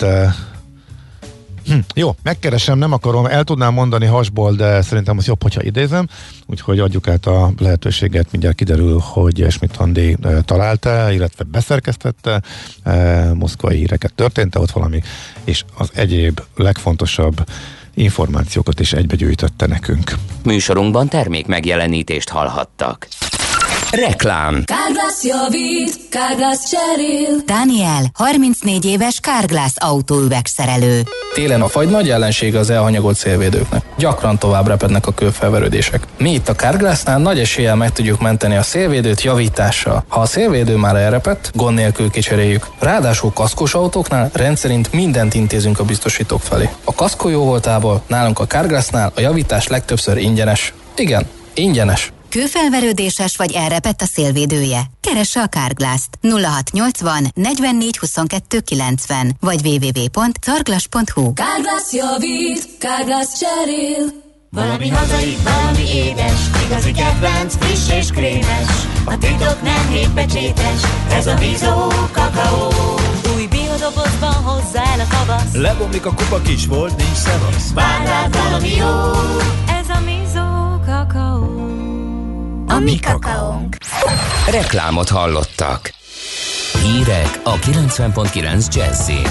Hm, jó, megkeresem, nem akarom, el tudnám mondani hasból, de szerintem az jobb, hogyha idézem, úgyhogy adjuk át a lehetőséget, mindjárt kiderül, hogy Schmidt Andi e, találta, illetve beszerkesztette, e, moszkvai híreket történt ott valami, és az egyéb legfontosabb információkat is egybegyűjtötte nekünk. Műsorunkban termék megjelenítést hallhattak. Reklám. Carglass javít, Carglass cserél. Daniel, harmincnégy éves Carglass autóüvegszerelő. Télen a fagy nagy ellensége az elhanyagolt szélvédőknek. Gyakran tovább repednek a kőfelverődések. Mi itt a Carglassnál nagy eséllyel meg tudjuk menteni a szélvédőt javítással. Ha a szélvédő már elrepett, gond nélkül kicseréljük. Ráadásul kaszkos autóknál rendszerint mindent intézünk a biztosítók felé. A kaszkó jó voltából nálunk a Carglassnál a javítás legtöbbször ingyenes. Igen, ingyenes. Kőfelverődéses vagy elrepett a szélvédője? Keresse a Carglass-t nulla hat nyolcvan negyvennégy huszonkettő kilencven vagy double-u double-u double-u pont carglass pont hu. Carglass javít, Carglass cserél. Valami hazai, valami édes, igazi kedvenc, friss és krémes. A titok nem hétpecsétes, ez a Mizó kakaó. Új biodobozban hozzá el a tavasz. Lebomlik a kupa, kis volt, nincs szevasz. Vár rád valami jó, ez a Mizó kakaó. A mi kakaónk. Reklámot hallottak. Hírek a kilencven pont kilenc Jazzin.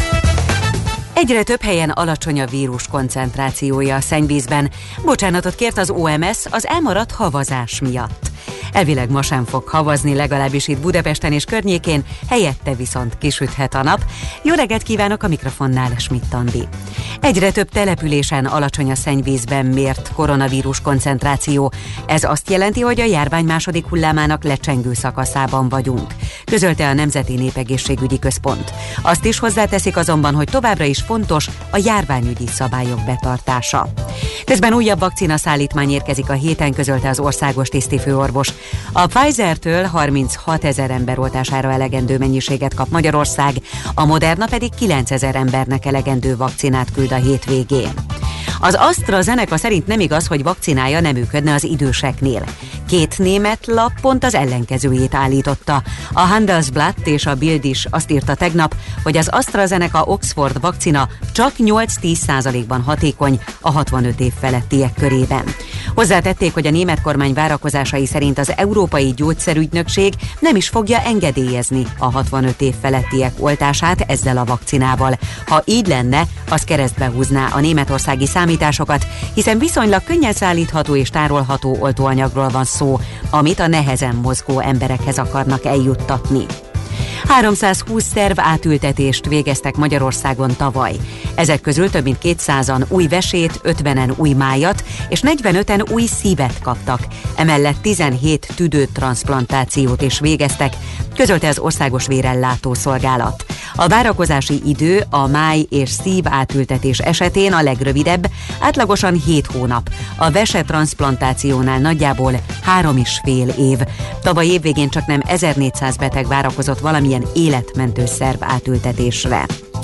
Egyre több helyen alacsony a vírus koncentrációja a szennyvízben. Bocsánatot kért az o em es az elmaradt havazás miatt. Elvileg ma sem fog havazni, legalábbis itt Budapesten és környékén, helyette viszont kisüthet a nap. Jó reggelt kívánok, a mikrofonnál Schmidt Andi. Egyre több településen alacsony a szennyvízben mért koronavírus koncentráció. Ez azt jelenti, hogy a járvány második hullámának lecsengő szakaszában vagyunk, közölte a Nemzeti Népegészségügyi Központ. Azt is hozzáteszik azonban, hogy továbbra is fontos a járványügyi szabályok betartása. Közben újabb vakcinaszállítmány érkezik a héten, közölte az országos tisztifőorvos. A Pfizer-től harminchat ezer ember oltására elegendő mennyiséget kap Magyarország, a Moderna pedig kilencezer embernek elegendő vakcinát küld a hétvégén. Az AstraZeneca szerint nem igaz, hogy vakcinája nem működne az időseknél. Két német lap pont az ellenkezőjét állította. A Handelsblatt és a Bild is azt írta tegnap, hogy az AstraZeneca Oxford vakcina csak nyolc-tíz százalékban hatékony a hatvanöt év felettiek körében. Hozzátették, hogy a német kormány várakozásai szerint az Európai Gyógyszerügynökség nem is fogja engedélyezni a hatvanöt év felettiek oltását ezzel a vakcinával. Ha így lenne, az keresztbe húzná a németországi számításokat, hiszen viszonylag könnyen szállítható és tárolható oltóanyagról van szó, amit a nehezen mozgó emberekhez akarnak eljuttatni. háromszázhúsz szerv átültetést végeztek Magyarországon tavaly. Ezek közül több mint kétszázan új vesét, ötvenen új májat és negyvenöten új szívet kaptak. Emellett tizenhét tüdőtranszplantációt is végeztek, közölte az Országos Vérellátó Szolgálat. A várakozási idő a máj és szív átültetés esetén a legrövidebb, átlagosan hét hónap. A vesetranszplantációnál nagyjából három és fél év. Tavaly évvégén csaknem ezernégyszáz beteg várakozott valamilyen életmentő szerv átültetésre.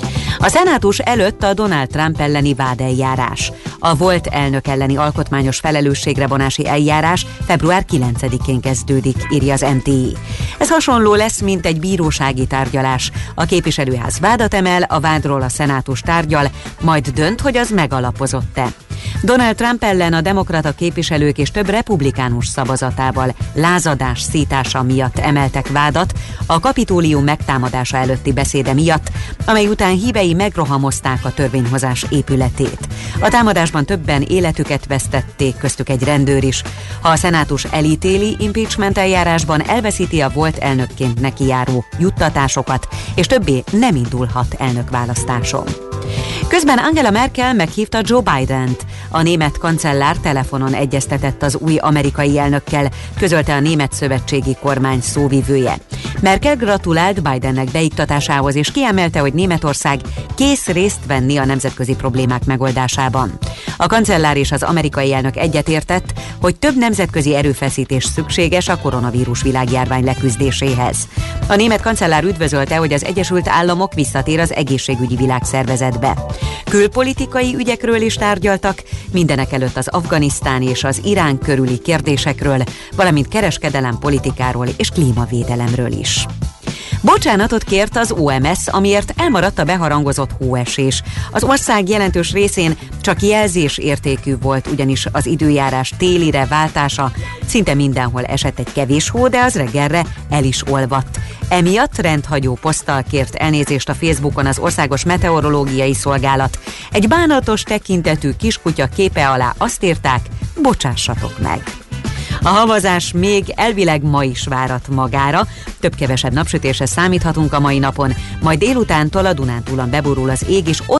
A szenátus előtt a Donald Trump elleni vádeljárás. A volt elnök elleni alkotmányos felelősségre vonási eljárás február kilencedikén kezdődik, írja az em té i. Ez hasonló lesz, mint egy bírósági tárgyalás. A képviselőház vádat emel, a vádról a szenátus tárgyal, majd dönt, hogy az megalapozott-e. Donald Trump ellen a demokrata képviselők és több republikánus szavazatával lázadás szítása miatt emeltek vádat a Kapitólium megtámadása előtti beszéde miatt, amely után hívei megrohamozták a törvényhozás épületét. A támadásban többen életüket vesztették, köztük egy rendőr is. Ha a szenátus elítéli, impeachment eljárásban elveszíti a volt elnökként nekijáró juttatásokat, és többé nem indulhat elnökválasztáson. Közben Angela Merkel meghívta Joe Bident. A német kancellár telefonon egyeztetett az új amerikai elnökkel, közölte a német szövetségi kormány szóvivője. Merkel gratulált Bidennek beiktatásához, és kiemelte, hogy Németország kész részt venni a nemzetközi problémák megoldásában. A kancellár és az amerikai elnök egyetértett, hogy több nemzetközi erőfeszítés szükséges a koronavírus világjárvány leküzdéséhez. A német kancellár üdvözölte, hogy az Egyesült Államok visszatér az egészségügyi világszervezetbe. Külpolitikai ügyekről is tárgyaltak, mindenek előtt az Afganisztán és az Irán körüli kérdésekről, valamint kereskedelem, politikáról és klímavédelemről is. Bocsánatot kért az o em es, amiért elmaradt a beharangozott hóesés. Az ország jelentős részén csak jelzésértékű volt, ugyanis az időjárás télire váltása, szinte mindenhol esett egy kevés hó, de az reggelre el is olvadt. Emiatt rendhagyó poszttal kért elnézést a Facebookon az Országos Meteorológiai Szolgálat. Egy bánatos tekintetű kiskutya képe alá azt írták: bocsássatok meg! A havazás még elvileg ma is várat magára, több-kevesebb napsütésre számíthatunk a mai napon, majd délutántól a Dunántúlon beborul az ég, és ott